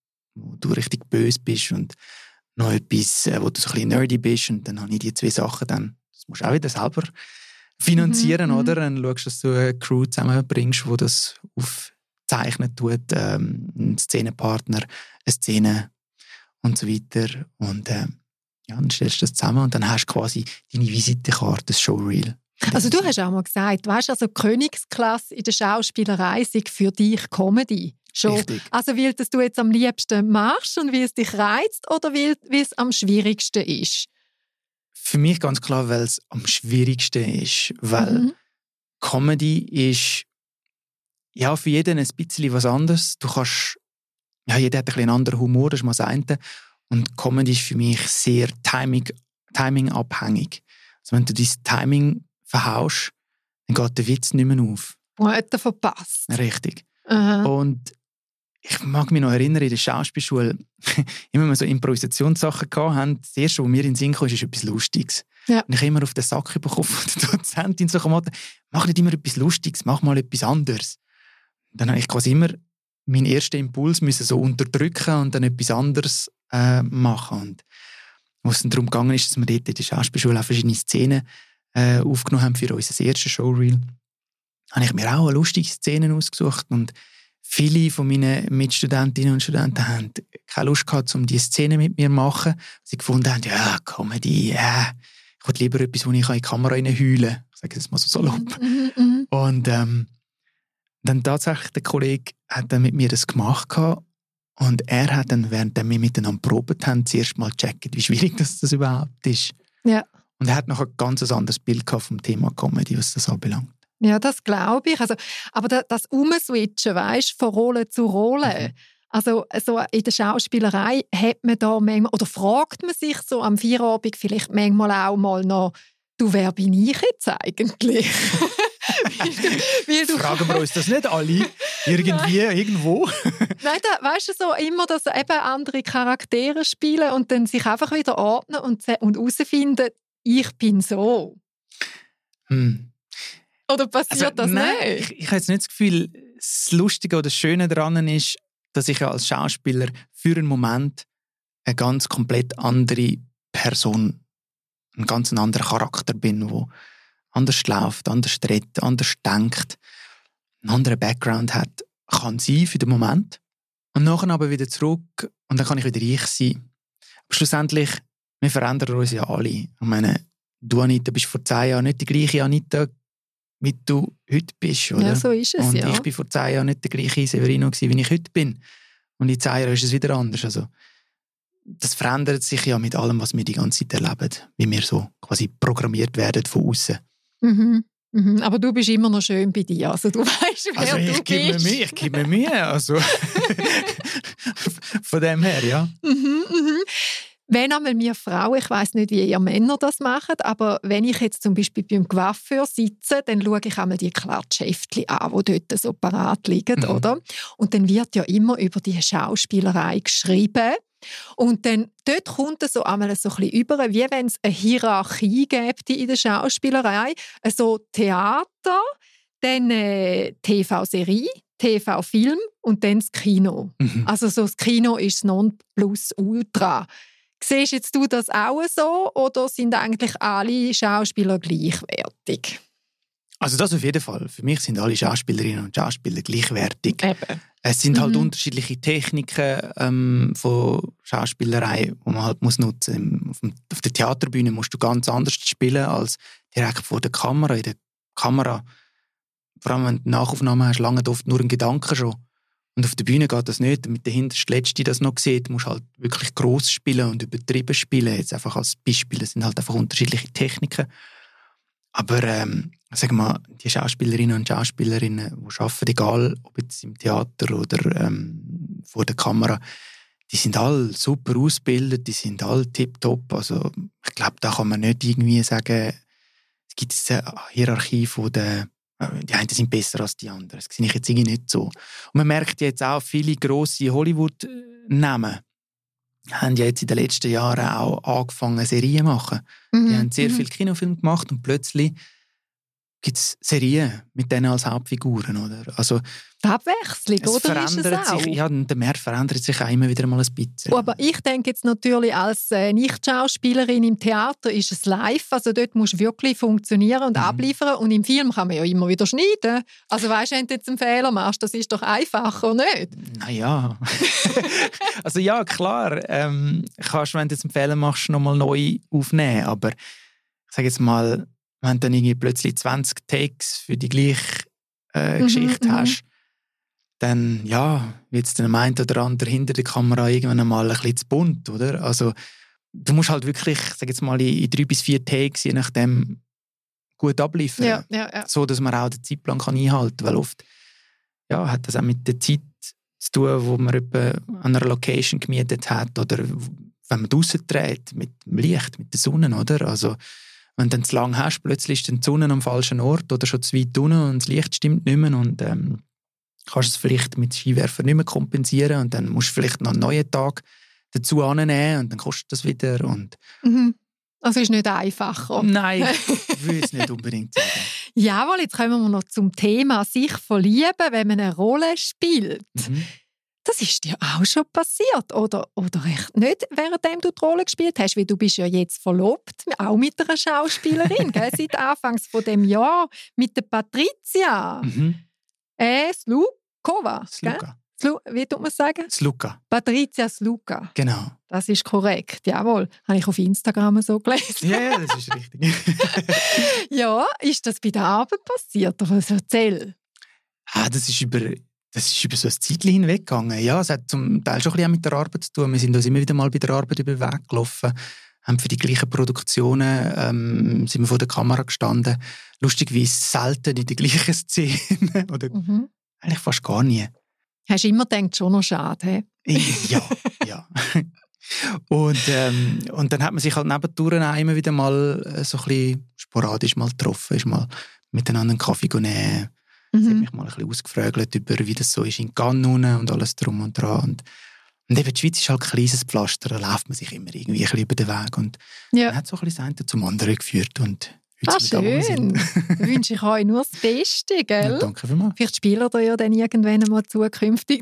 du richtig böse bist und noch etwas, wo du so ein bisschen nerdy bist. Und dann habe ich die 2 Sachen dann, das musst du auch wieder selber finanzieren, oder? Dann schaust du, dass du eine Crew zusammenbringst, die das aufzeichnen tut, einen Szenenpartner, eine Szene und so weiter. Und dann stellst du das zusammen und dann hast du quasi deine Visitenkarte, das Showreel. Also du hast auch mal gesagt, weißt, also Königsklasse in der Schauspielerei sei für dich Comedy. Schon. Richtig. Also weil das du jetzt am liebsten machst und wie es dich reizt oder wie es am schwierigsten ist? Für mich ganz klar, weil es am schwierigsten ist. Weil Comedy ist ja für jeden ein bisschen was anderes. Du kannst, ja, jeder hat ein bisschen einen anderen Humor, das ist mal das eine. Und Comedy ist für mich sehr timing-abhängig. Also wenn du dein Timing verhaust, dann geht der Witz nicht mehr auf. Pointe verpasst. Richtig. Aha. Und ich mag mich noch erinnern, in der Schauspielschule, immer mal so Improvisationssachen hatten. Das Erste, was mir in den Sinn kam, ist etwas Lustiges. Ja. Und ich habe immer auf den Sack bekommen von der Dozentin, so mach nicht immer etwas Lustiges, mach mal etwas anderes. Dann habe ich quasi immer meinen ersten Impuls müssen so unterdrücken und dann etwas anderes machen. Und wo es dann darum gegangen ist, dass wir dort in der Schauspielschule auch verschiedene Szenen aufgenommen haben für unser erstes Showreel, habe ich mir auch eine lustige Szene ausgesucht und viele von meinen Mitstudentinnen und Studenten haben keine Lust gehabt, um diese Szene mit mir zu machen. Sie gefunden haben, ja, Comedy, ich würde lieber etwas, wo ich in die Kamera heulen kann. Ich sage das mal so salopp. Und dann tatsächlich, der Kollege hat dann mit mir das gemacht und er hat dann, während wir miteinander probiert haben, zuerst mal gecheckt, wie schwierig das überhaupt ist. Ja. Und er hat noch ein ganz anderes Bild vom Thema Comedy, was das anbelangt. Ja, das glaube ich. Also, aber das Umswitchen, weißt, von Rolle zu Rolle. Also so in der Schauspielerei hat man da manchmal, oder fragt man sich so am Feierabend vielleicht manchmal auch mal noch, du, wer bin ich jetzt eigentlich? Fragen wir uns das nicht alle? Irgendwie, irgendwo? Nein, weißt du, so immer, dass eben andere Charaktere spielen und dann sich einfach wieder ordnen und herausfinden, ich bin so. Oder passiert das nein, nicht? Ich habe jetzt nicht das Gefühl, das Lustige oder das Schöne daran ist, dass ich als Schauspieler für einen Moment eine ganz komplett andere Person, ein ganz anderer Charakter bin, der anders läuft, anders redet, anders denkt, einen anderen Background hat, kann sein für den Moment. Und nachher aber wieder zurück und dann kann ich wieder ich sein. Aber schlussendlich, wir verändern uns ja alle. Ich meine, du, Anita, bist vor 10 Jahren nicht die gleiche Anita, wie du heute bist, oder? Ja, so ist es, und ja. ich bin vor 10 Jahren nicht der gleiche Severino gewesen, wie ich heute bin. Und in 10 Jahren ist es wieder anders. Also, das verändert sich ja mit allem, was wir die ganze Zeit erleben. Wie wir so quasi programmiert werden von außen. Aber du bist immer noch schön bei dir. Also du weißt, wer also du bist. Ich gebe mir Mühe. Also. Von dem her, ja. Wenn einmal wir Frauen, ich weiss nicht, wie ihr Männer das macht, aber wenn ich jetzt zum Beispiel beim Coiffeur sitze, dann schaue ich einmal die Klatschheftchen an, die dort so parat liegen, oder? Und dann wird ja immer über die Schauspielerei geschrieben. Und dann dort kommt es so einmal so ein bisschen über, wie wenn es eine Hierarchie gäbe in der Schauspielerei. Also Theater, dann TV-Serie, TV-Film und dann das Kino. Also so das Kino ist das Nonplusultra. Siehst jetzt du das auch so oder sind eigentlich alle Schauspieler gleichwertig? Also das auf jeden Fall. Für mich sind alle Schauspielerinnen und Schauspieler gleichwertig. Eben. Es sind halt unterschiedliche Techniken von Schauspielerei, die man halt nutzen muss. Auf der Theaterbühne musst du ganz anders spielen als direkt vor der Kamera. In der Kamera, vor allem wenn du Nachaufnahmen hast, lange oft nur ein Gedanke schon. Und auf der Bühne geht das nicht, damit der hinterste Letzte das noch sieht. Du musst halt wirklich gross spielen und übertrieben spielen. Jetzt einfach als Beispiel, das sind halt einfach unterschiedliche Techniken. Aber sagen wir mal, die Schauspielerinnen und Schauspielerinnen, die arbeiten, egal ob jetzt im Theater oder vor der Kamera, die sind alle super ausgebildet, die sind alle tipptopp. Also ich glaube, da kann man nicht irgendwie sagen, es gibt eine Hierarchie von den, die einen sind besser als die anderen. Das sehe ich jetzt irgendwie nicht so. Und man merkt jetzt auch, viele grosse Hollywood-Namen haben ja jetzt in den letzten Jahren auch angefangen, Serien zu machen. Die haben sehr viele Kinofilme gemacht und plötzlich gibt es Serien mit denen als Hauptfiguren. Oder? Also, die Abwechslung, oder? Ist es auch? Sich, ja, der Markt verändert sich auch immer wieder mal ein bisschen. Aber ich denke jetzt natürlich, als Nicht-Schauspielerin im Theater ist es live, also dort musst du wirklich funktionieren und abliefern und im Film kann man ja immer wieder schneiden. Also weißt du, wenn du jetzt einen Fehler machst, das ist doch einfacher, nicht? Naja. Also ja, klar, kannst du, wenn du jetzt einen Fehler machst, nochmal neu aufnehmen, aber ich sage jetzt mal, wenn du dann irgendwie plötzlich 20 Takes für die gleiche Geschichte hast, dann ja, wird es dann ein oder andere hinter der Kamera irgendwann einmal ein bisschen zu bunt, oder? Also du musst halt wirklich, sag jetzt mal, in 3 bis 4 Takes, je nachdem, gut abliefern. Ja. So, dass man auch den Zeitplan einhalten kann, weil oft ja, hat das auch mit der Zeit zu tun, wo man etwa an einer Location gemietet hat oder wenn man draussen dreht, mit dem Licht, mit der Sonne, oder? Also wenn du dann zu lang hast, plötzlich ist die Sonne am falschen Ort oder schon zu weit unten und das Licht stimmt nicht mehr und kannst es vielleicht mit Skiwerfer nicht mehr kompensieren und dann musst du vielleicht noch einen neuen Tag dazu annehmen und dann kostet das wieder. Und also ist nicht einfacher. Nein, ich würde es nicht unbedingt sagen. Jawohl, jetzt kommen wir noch zum Thema sich verlieben, wenn man eine Rolle spielt. Das ist dir auch schon passiert, oder echt nicht, währenddem du die Rolle gespielt hast, weil du bist ja jetzt verlobt, auch mit einer Schauspielerin, gell? Seit Anfangs von dem Jahr, mit der Patricia. Slukova. Wie tut man es sagen? Sluka. Patricia Sluka. Genau. Das ist korrekt, jawohl. Habe ich auf Instagram so gelesen. Ja, das ist richtig. Ja, ist das bei der Arbeit passiert? Oder erzähl. Das ist über so ein Zeitchen hinweggegangen. Ja, es hat zum Teil schon ein bisschen mit der Arbeit zu tun. Wir sind uns immer wieder mal bei der Arbeit über den Weg gelaufen, haben für die gleichen Produktionen sind wir vor der Kamera gestanden. Lustigerweise selten in der gleichen Szene. Oder eigentlich fast gar nie. Hast du immer gedacht, schon noch schade? Ja. Und dann hat man sich halt nebendurch auch immer wieder mal so ein bisschen sporadisch mal getroffen, ist mal miteinander einen Kaffee nehmen. Sie hat mich mal ein bisschen ausgefragt über, wie das so ist in Cannes und alles drum und dran. Und eben, die Schweiz ist halt ein kleines Pflaster, da läuft man sich immer irgendwie ein bisschen über den Weg. Und man hat so ein bisschen das eine zum anderen geführt. Und schön. Da wünsche ich euch nur das Beste, gell? Ja, danke vielmals. Vielleicht spielt ihr ja dann irgendwann mal zukünftig.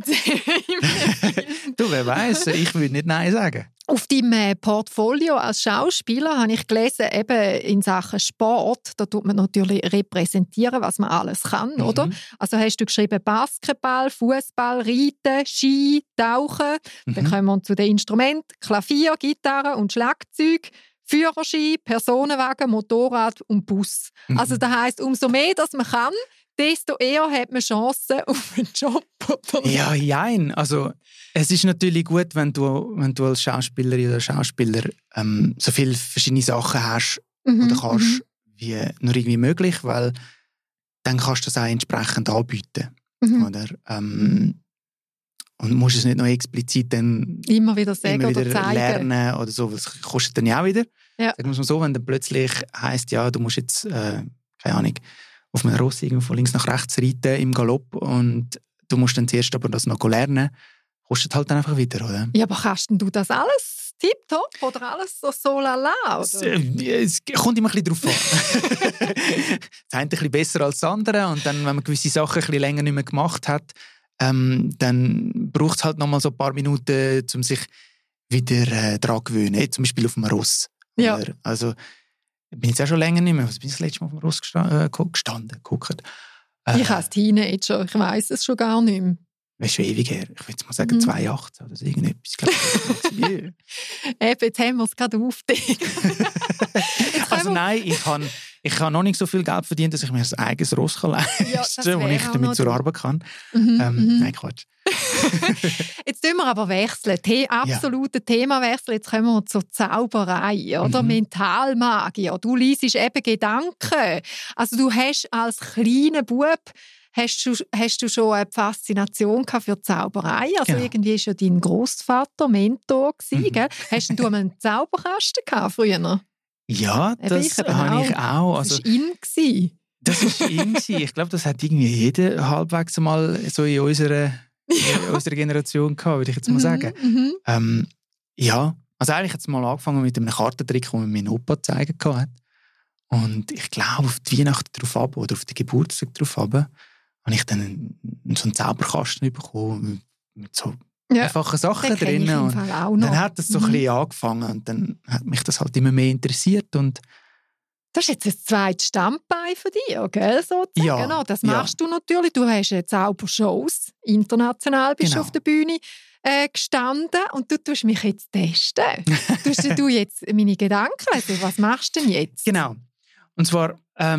Du, wer weiß, ich würde nicht Nein sagen. Auf deinem Portfolio als Schauspieler habe ich gelesen, eben in Sachen Sport, da tut man natürlich repräsentieren, was man alles kann, oder? Also hast du geschrieben Basketball, Fußball, Reiten, Ski, Tauchen. Dann kommen wir zu den Instrumenten, Klavier, Gitarre und Schlagzeug. Führerschein, Personenwagen, Motorrad und Bus. Also das heisst, umso mehr, dass man kann, desto eher hat man Chancen auf einen Job. Oder? Ja, nein. Also es ist natürlich gut, wenn du als Schauspielerin oder Schauspieler so viele verschiedene Sachen hast oder kannst, wie nur irgendwie möglich, weil dann kannst du das auch entsprechend anbieten. Oder? Und musst es nicht noch explizit dann immer wieder sagen immer wieder oder zeigen. Lernen oder so, das kostet dann ja auch wieder. Ja. Sagen wir es mal so, wenn dann plötzlich heisst, ja, du musst jetzt, keine Ahnung, auf einem Ross von links nach rechts reiten im Galopp und du musst dann zuerst aber das noch lernen, kostet halt dann einfach wieder, oder? Ja, aber kannst du das alles tipptopp oder alles so lala? Es kommt immer ein bisschen drauf an. Das eine ein bisschen besser als das andere und dann, wenn man gewisse Sachen ein bisschen länger nicht mehr gemacht hat, dann braucht es halt noch mal so ein paar Minuten, um sich wieder daran zu gewöhnen. Zum Beispiel auf dem Ross. Ja. Also, ich bin jetzt auch schon länger nicht mehr. Was bin ich das letzte Mal auf dem Ross gestanden? Ich als Teenager, ich weiss es schon gar nicht mehr. Das ist schon ewig her. Ich würde jetzt mal sagen 2018 oder so irgendetwas. Eben, jetzt haben wir es gerade aufgedeckt. Also nein, ich habe noch nicht so viel Geld verdient, dass ich mir ein eigenes Ross leisten kann, wo ich damit zur Arbeit kann. Nein, Quatsch. Jetzt tun wir aber wechseln. Absoluter Themawechsel. Jetzt kommen wir zur Zauberei oder Mentalmagie. Du liest eben Gedanken. Also du hast als kleiner Bub hast du schon eine Faszination für Zauberei? Also irgendwie war ja dein Grossvater Mentor gewesen, gell? Hast du einen Zauberkasten gehabt früher? Ja, das habe ich auch. Also, das war in. Ich glaube, das hat irgendwie jeder halbwegs mal so in unserer Generation gehabt, würde ich jetzt mal sagen. Ja, also eigentlich hat es mal angefangen mit einem Kartentrick, den mir mein Opa gezeigt hat. Und ich glaube, auf die Weihnachten drauf ab oder auf den Geburtstag drauf ab, habe ich dann so einen Zauberkasten bekommen mit so einfachen Sachen drin. Und dann hat das so ein bisschen angefangen und dann hat mich das halt immer mehr interessiert. Und das ist jetzt das zweite Standbein von dir, gell? Sozusagen. Ja, genau, das machst du natürlich. Du hast Zaubershows, international bist du auf der Bühne gestanden und du tust mich jetzt testen. Tust du jetzt meine Gedanken lesen? Was machst du denn jetzt? Genau. Und zwar,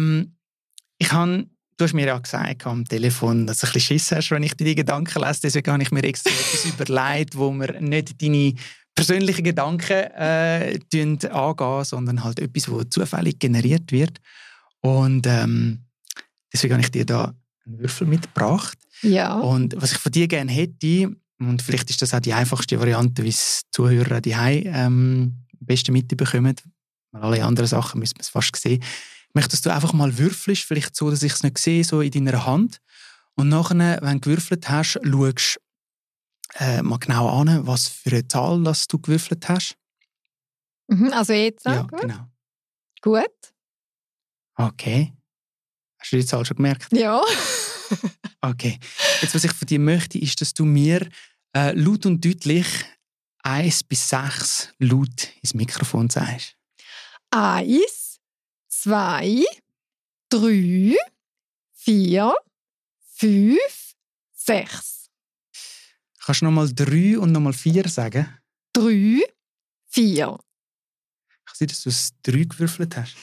du hast mir ja gesagt am Telefon, dass du ein bisschen Schiss hast, wenn ich dir die Gedanken lese. Deswegen habe ich mir extra etwas überlegt, wo wir nicht deine persönlichen Gedanken angehen, sondern halt etwas, das zufällig generiert wird. Und deswegen habe ich dir da einen Würfel mitgebracht. Ja. Und was ich von dir gerne hätte, und vielleicht ist das auch die einfachste Variante, wie es die Zuhörer daheim am besten mitbekommen, weil alle anderen Sachen müssen wir es fast sehen. Möchtest du einfach mal würfelst, vielleicht so, dass ich es nicht sehe, so in deiner Hand. Und nachher, wenn du gewürfelt hast, schaust mal genau an, was für eine Zahl das du gewürfelt hast. Also jetzt? Ja, gut. genau. Gut. Okay. Hast du die Zahl schon gemerkt? Ja. Okay. Jetzt, was ich von dir möchte, ist, dass du mir laut und deutlich 1 bis 6 laut ins Mikrofon sagst. 1, 2, 3, 4, 5, 6. Kannst du nochmal 3 und nochmal 4 sagen? 3, 4. Ich sehe, dass du das 3 gewürfelt hast.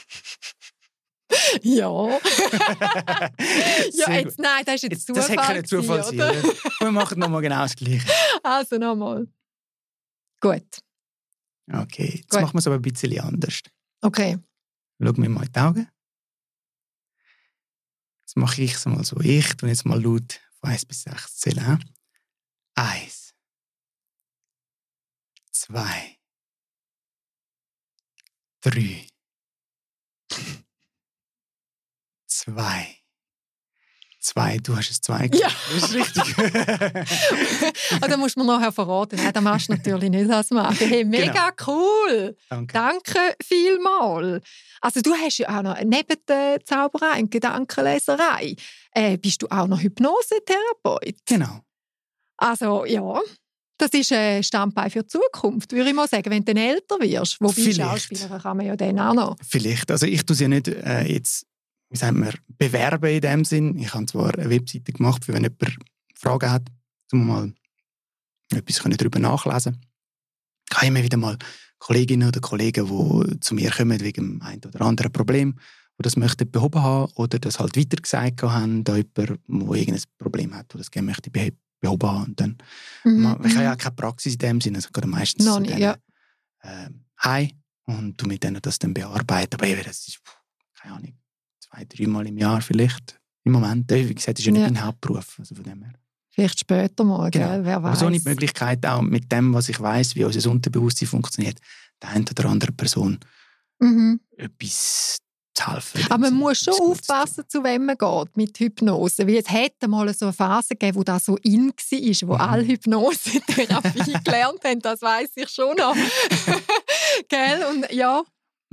Ja. Jetzt, nein, das ist jetzt Zufall. Das hätte kein Zufall sein, oder? Wir machen nochmal genau das Gleiche. Also nochmal. Gut. Okay, jetzt machen wir es aber ein bisschen anders. Okay. Schau mir mal in die Augen. Jetzt mache ich es mal so. Ich tue jetzt mal laut von 1 bis 6 zählen. 1, 2, 3, 2. 2, du hast es 2 Ja. Das ist richtig. Da muss man nachher verraten. Nein, das machst du natürlich nicht als Mann. Hey, mega cool. Danke vielmals. Also du hast ja auch noch neben der Zauberei und Gedankenleserei bist du auch noch Hypnosetherapeut. Genau. Also ja, das ist ein Standbein für die Zukunft, würde ich mal sagen, wenn du dann älter wirst. Wobei Schauspieler kann man ja dann auch noch. Vielleicht. Also ich tue es ja nicht jetzt, wie sagt man, bewerben in dem Sinn. Ich habe zwar eine Webseite gemacht, für wenn jemand Fragen hat, um mal etwas darüber nachlesen können. Ich habe immer wieder mal Kolleginnen oder Kollegen, die zu mir kommen wegen dem einen oder anderen Problem, die das möchten behoben haben oder das halt weitergesagt haben, da jemand, der irgendein Problem hat, der das gerne möchte behoben haben. Und dann, ich habe ja keine Praxis in dem Sinne, also gerade meistens noch nicht, ja. Und du mit denen das dann bearbeiten. Aber eben, das ist, keine Ahnung, 2-3 Mal im Jahr vielleicht. Im Moment, wie gesagt, ist ja nicht mein Hauptberuf. Also von dem her. Vielleicht später mal, genau. Gell? Wer weiß. Aber so eine Möglichkeit auch mit dem, was ich weiss, wie unser Unterbewusstsein funktioniert, der eine oder andere Person etwas zu helfen. Aber man muss schon aufpassen, zu wem man geht mit Hypnose. Weil es hätte mal so eine Phase gegeben, wo das so in war, wo alle Hypnosetherapie gelernt haben. Das weiss ich schon noch. Gell? Und ja.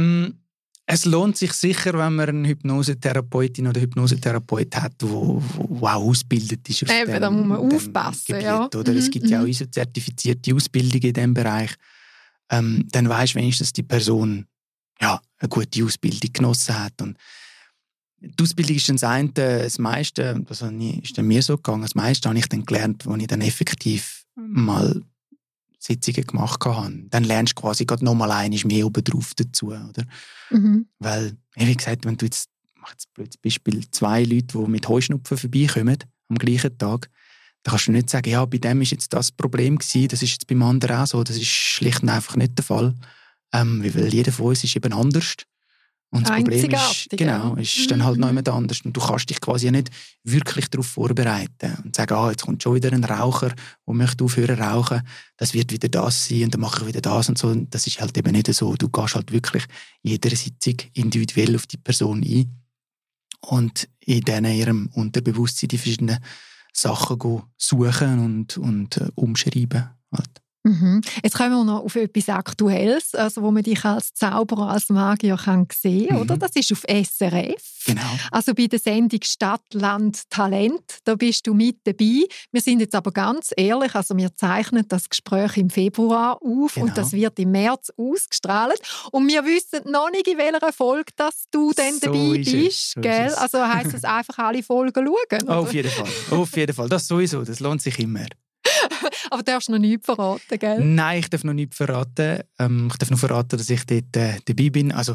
Es lohnt sich sicher, wenn man eine Hypnosetherapeutin oder Hypnosetherapeut hat, der auch ausgebildet ist. Da muss man aufpassen. Gebiet, ja. Oder? Es gibt ja auch ISO-zertifizierte Ausbildungen in diesem Bereich. Dann weisst du wenigstens, dass die Person eine gute Ausbildung genossen hat. Und die Ausbildung ist dann das meiste, das ist dann mir so gegangen, das meiste habe ich dann gelernt, als ich dann effektiv mal Sitzungen gemacht habe. Dann lernst du quasi gerade nochmal einiges mehr oben drauf dazu. Oder? Weil, wie gesagt, wenn du jetzt, ich mache jetzt ein blödes Beispiel, 2 Leute, die mit Heuschnupfen vorbeikommen, am gleichen Tag, dann kannst du nicht sagen, ja, bei dem ist jetzt das Problem gewesen, das ist jetzt beim anderen auch so. Das ist schlicht und einfach nicht der Fall. Weil jeder von uns ist eben anders. Und das Problem ist dann halt noch jemand anders. Und du kannst dich quasi nicht wirklich darauf vorbereiten und sagen, jetzt kommt schon wieder ein Raucher, der möchte aufhören zu rauchen. Das wird wieder das sein und dann mache ich wieder das und so. Und das ist halt eben nicht so. Du gehst halt wirklich in jeder Sitzung individuell auf die Person ein und in ihrem Unterbewusstsein die verschiedenen Sachen suchen und umschreiben. Halt. Jetzt kommen wir noch auf etwas Aktuelles, also wo man dich als Zauberer, als Magier kann sehen, oder? Das ist auf SRF. Genau. Also bei der Sendung Stadt, Land, Talent, da bist du mit dabei. Wir sind jetzt aber ganz ehrlich, also wir zeichnen das Gespräch im Februar auf und das wird im März ausgestrahlt. Und wir wissen noch nicht, in welcher Folge dass du dann dabei bist. Gell? Also heisst das einfach alle Folgen schauen? Oder? Auf jeden Fall, auf jeden Fall. Das sowieso, das lohnt sich immer. Aber du darfst noch nichts verraten, gell? Nein, ich darf noch nichts verraten. Ich darf nur verraten, dass ich dort dabei bin. Also,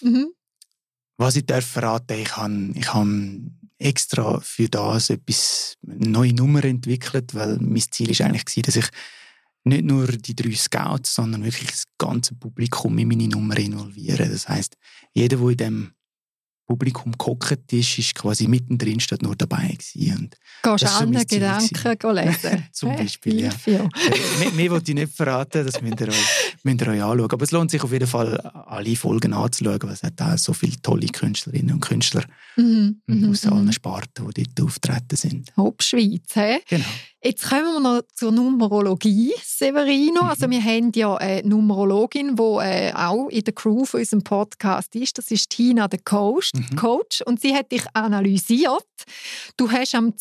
was ich darf verraten, ich habe extra für das eine neue Nummer entwickelt, weil mein Ziel war eigentlich, dass ich nicht nur die 3 Scouts, sondern wirklich das ganze Publikum in meine Nummer involviere. Das heisst, jeder, der in diesem Publikum gehockt ist quasi mittendrin statt nur dabei gewesen. Gehst du anderen Gedanken lesen? Zum Beispiel, ja. Mehr wollte ich nicht verraten, das müsst ihr euch anschauen. Aber es lohnt sich auf jeden Fall, alle Folgen anzuschauen, weil es hat auch so viele tolle Künstlerinnen und Künstler aus allen Sparten, die dort auftreten sind. Hauptschweiz, hä? Genau. Jetzt kommen wir noch zur Numerologie, Severino. Also wir haben ja eine Numerologin, die auch in der Crew von unserem Podcast ist. Das ist Tina, der Coach. Und sie hat dich analysiert. Du hast am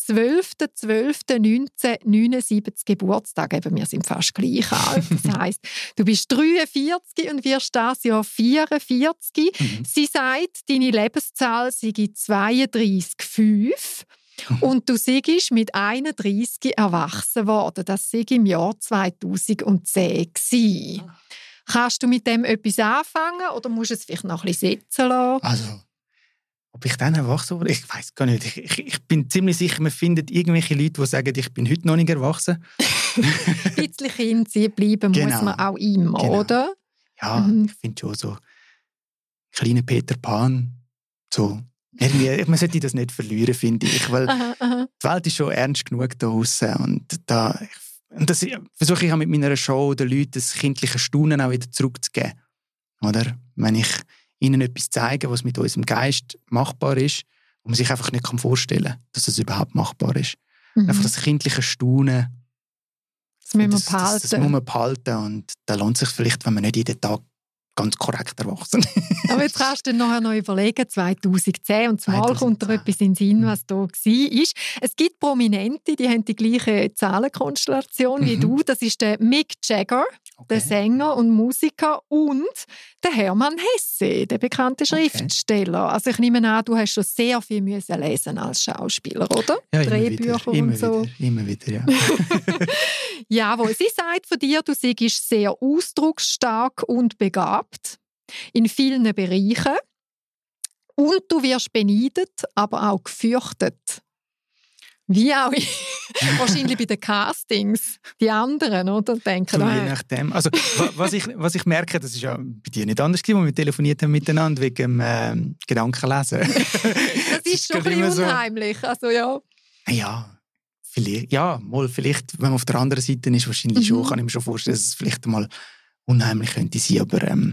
12.12.1979 Geburtstag. Eben, wir sind fast gleich alt. Das heisst, du bist 43 und wirst dieses Jahr 44. Sie sagt, deine Lebenszahl sei 32,5. Und du bist mit 31 erwachsen worden. Das war im Jahr 2010. Kannst du mit dem etwas anfangen oder musst du es vielleicht noch ein bisschen sitzen lassen? Also, ob ich dann erwachsen wurde? Ich weiss gar nicht. Ich bin ziemlich sicher, man findet irgendwelche Leute, die sagen, ich bin heute noch nicht erwachsen. Ein bisschen Kind bleiben muss man auch immer, oder? Ja, ich finde schon so kleiner Peter Pan, so. Man sollte das nicht verlieren, finde ich, weil die Welt ist schon ernst genug da draussen und das versuche ich auch mit meiner Show den Leuten das kindliche Staunen auch wieder zurückzugeben. Oder? Wenn ich ihnen etwas zeige, was mit unserem Geist machbar ist und man sich einfach nicht vorstellen kann, dass das überhaupt machbar ist. Einfach das kindliche Staunen, das muss man behalten und da lohnt sich vielleicht, wenn man nicht jeden Tag ganz korrekt erwachsen. Aber jetzt kannst du dir nachher noch überlegen, 2010 und zumal kommt dir etwas in den Sinn, was da war. Es gibt Prominente, die haben die gleiche Zahlenkonstellation wie du. Das ist der Mick Jagger, der Sänger und Musiker, und der Hermann Hesse, der bekannte Schriftsteller. Also ich nehme an, du hast schon sehr viel müssen lesen als Schauspieler, oder? Ja, Drehbücher und so. Immer wieder, ja. Jawohl, sie sagt von dir, du seist sehr ausdrucksstark und begabt in vielen Bereichen und du wirst beneidet, aber auch gefürchtet. Wie auch wahrscheinlich bei den Castings, die anderen, oder? Denken, je nachdem. Also, was ich merke, das ist ja bei dir nicht anders gewesen, als wir telefoniert haben miteinander wegen dem Gedankenlesen. Das ist schon ein bisschen unheimlich. So. Also, ja. Ja, vielleicht, wenn man auf der anderen Seite ist, wahrscheinlich schon, kann ich mir schon vorstellen, dass es vielleicht mal unheimlich könnte sein, aber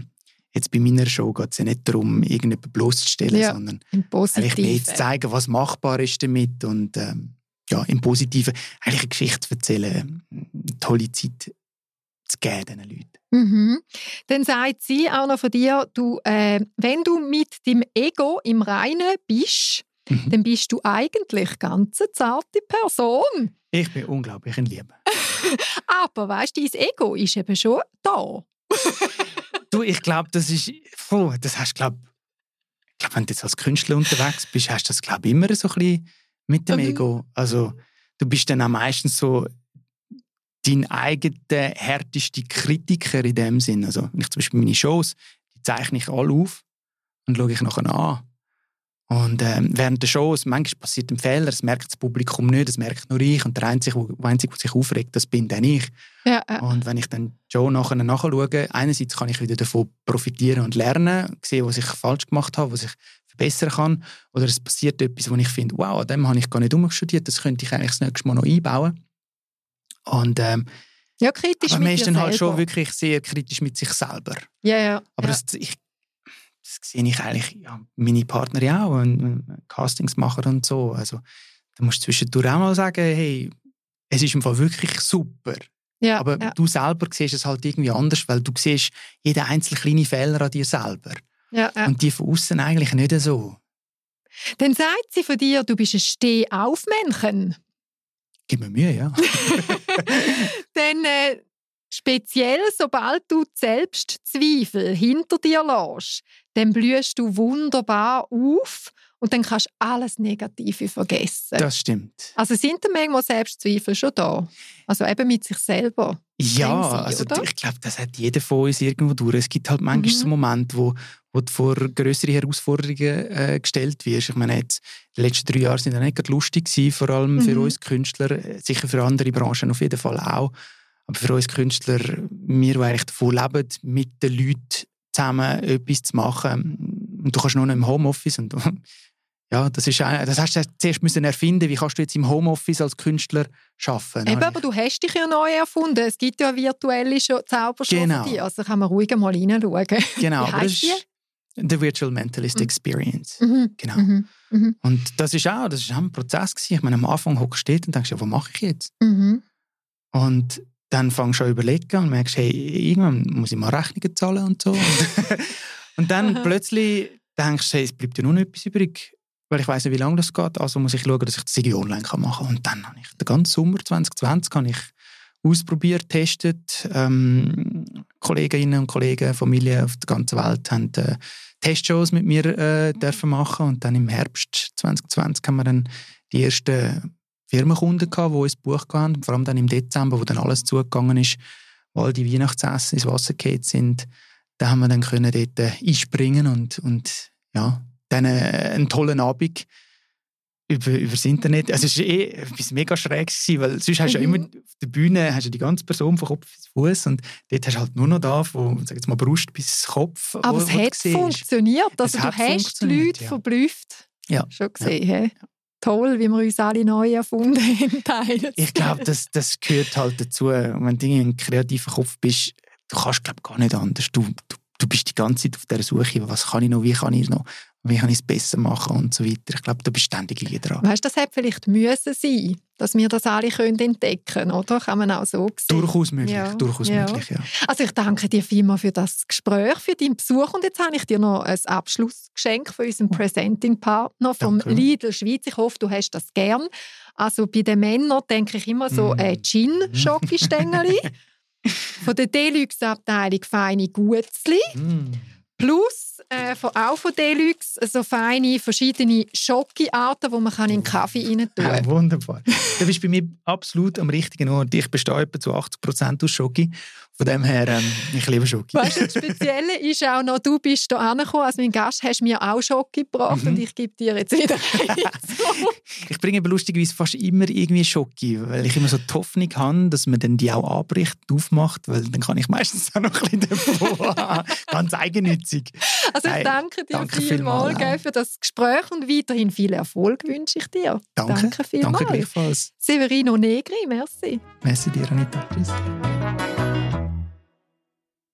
jetzt bei meiner Show geht es ja nicht darum, irgendjemanden bloßzustellen, sondern eigentlich mehr zu zeigen, was machbar ist damit und im Positiven eigentlich eine Geschichte zu erzählen, eine tolle Zeit zu geben diesen Leuten. Mhm. Dann sagt sie auch noch von dir, wenn du mit deinem Ego im Reinen bist, dann bist du eigentlich ganz eine zarte Person. Ich bin unglaublich in Liebe. Aber weißt du, dein Ego ist eben schon da. Du, ich glaube, das hast du, glaube wenn du jetzt als Künstler unterwegs bist, hast du das, glaube ich, immer so ein bisschen mit dem Ego. Also, du bist dann auch meistens so dein eigener härtester Kritiker in dem Sinn. Also, wenn ich zum Beispiel meine Shows, die zeichne ich alle auf und schaue ich nachher an. Und während der Shows, manchmal passiert ein Fehler, das merkt das Publikum nicht, das merkt nur ich. Und der Einzige, der sich aufregt, das bin dann ich. Ja. Und wenn ich dann die Show nachschaue, einerseits kann ich wieder davon profitieren und lernen, sehen, was ich falsch gemacht habe, was ich verbessern kann. Oder es passiert etwas, wo ich finde, wow, an dem habe ich gar nicht umgestudiert, das könnte ich eigentlich das nächste Mal noch einbauen. Und kritisch aber mit man ist dann dir halt selber. schon wirklich sehr kritisch mit sich selber. Ja. Aber das sehe ich eigentlich, meine Partner auch, Castings machen und so. Also, da musst du zwischendurch auch mal sagen, hey, es ist im Fall wirklich super. Ja, aber du selber siehst es halt irgendwie anders, weil du siehst jeden einzelnen kleinen Fehler an dir selber. Ja. Und die von außen eigentlich nicht so. Dann sagt sie von dir, du bist ein Steh-auf-Männchen. Gib mir Mühe, ja. Dann speziell, sobald du Selbstzweifel hinter dir lässt, dann blühst du wunderbar auf und dann kannst du alles Negative vergessen. Das stimmt. Also sind da manchmal Selbstzweifel schon da? Also eben mit sich selber? Ja, also ich glaube, das hat jeder von uns irgendwo durch. Es gibt halt manchmal so Momente, wo du vor grössere Herausforderungen gestellt wirst. Ich meine, jetzt, die letzten 3 Jahre sind ja nicht gerade lustig gewesen, vor allem für uns Künstler, sicher für andere Branchen auf jeden Fall auch. Aber für uns Künstler, wir, die eigentlich davon leben, mit den Leuten zusammen etwas zu machen. Und du kannst nur noch im Homeoffice. Und ja, das hast du zuerst müssen erfinden. Wie kannst du jetzt im Homeoffice als Künstler arbeiten? Eben, aber du hast dich ja neu erfunden. Es gibt ja virtuelle Zaubershow für dich. Also kann man ruhig mal reinschauen. Genau, aber das ist The Virtual Mentalist Experience. Genau. Und das ist auch ein Prozess gewesen. Ich meine, am Anfang hockst du und denkst, ja, was mache ich jetzt? Und dann fängst du an zu überlegen und merkst, hey, irgendwann muss ich mal Rechnungen zahlen und so. Und dann plötzlich denkst du, hey, es bleibt ja nur noch etwas übrig, weil ich weiss nicht, wie lange das geht. Also muss ich schauen, dass ich das irgendwie online machen kann. Und dann habe ich den ganzen Sommer 2020 habe ich ausprobiert, getestet. Kolleginnen und Kollegen, Familie auf der ganzen Welt haben Testshows mit mir dürfen machen. Und dann im Herbst 2020 haben wir dann die ersten Firmenkunden gehabt, die uns gebucht haben, vor allem dann im Dezember, wo dann alles zugegangen ist, wo all die Weihnachtsessen ins Wasser gefallen sind. Da haben wir dann können dort einspringen und ja, dann einen tollen Abend über das Internet. Also es war etwas mega schräg gewesen, weil sonst hast du ja immer auf der Bühne hast du die ganze Person von Kopf bis Fuß und dort hast du halt nur noch da von, sag jetzt mal, Brust bis Kopf. Aber es hat funktioniert. Also du hast die Leute verblüfft. Ja. Schon gesehen, ja. Toll, wie wir uns alle neu erfunden haben. Ich glaube, das gehört halt dazu. Wenn du ein kreativer Kopf bist, du kannst, glaube gar nicht anders. Du bist die ganze Zeit auf dieser Suche, was kann ich noch, wie kann ich es besser machen und so weiter. Ich glaube, du bist ständig dran. Weißt du, das hätte vielleicht müssen sein, dass wir das alle entdecken können, oder? Kann man auch so sehen. Durchaus möglich, ja. Also ich danke dir vielmals für das Gespräch, für deinen Besuch und jetzt habe ich dir noch ein Abschlussgeschenk von unserem Presenting-Partner vom Lidl Schweiz. Ich hoffe, du hast das gern. Also bei den Männern denke ich immer so Gin-Schokistängeli. Von der Deluxe-Abteilung feine Gutzli. Plus auch von Deluxe so feine verschiedene Schoki-Arten, die man in den Kaffee rein tun kann. Ja, wunderbar. Du bist bei mir absolut am richtigen Ort. Ich bestehe etwa zu 80% aus Schoki. Von dem her, ich liebe Schoki. Weißt du, das Spezielle ist auch noch, du bist hier angekommen, als mein Gast hast mir auch Schoki gebracht und ich gebe dir jetzt wieder Ich bringe aber lustigerweise fast immer irgendwie Schoki, weil ich immer so die Hoffnung habe, dass man dann die auch anbricht, aufmacht, weil dann kann ich meistens auch noch ein bisschen davon haben. Ganz eigennützig. Also ich danke dir vielmals für das Gespräch und weiterhin viel Erfolg wünsche ich dir. Danke vielmals. Danke gleichfalls. Severino Negri, merci. Merci dir, Anita. Tschüss.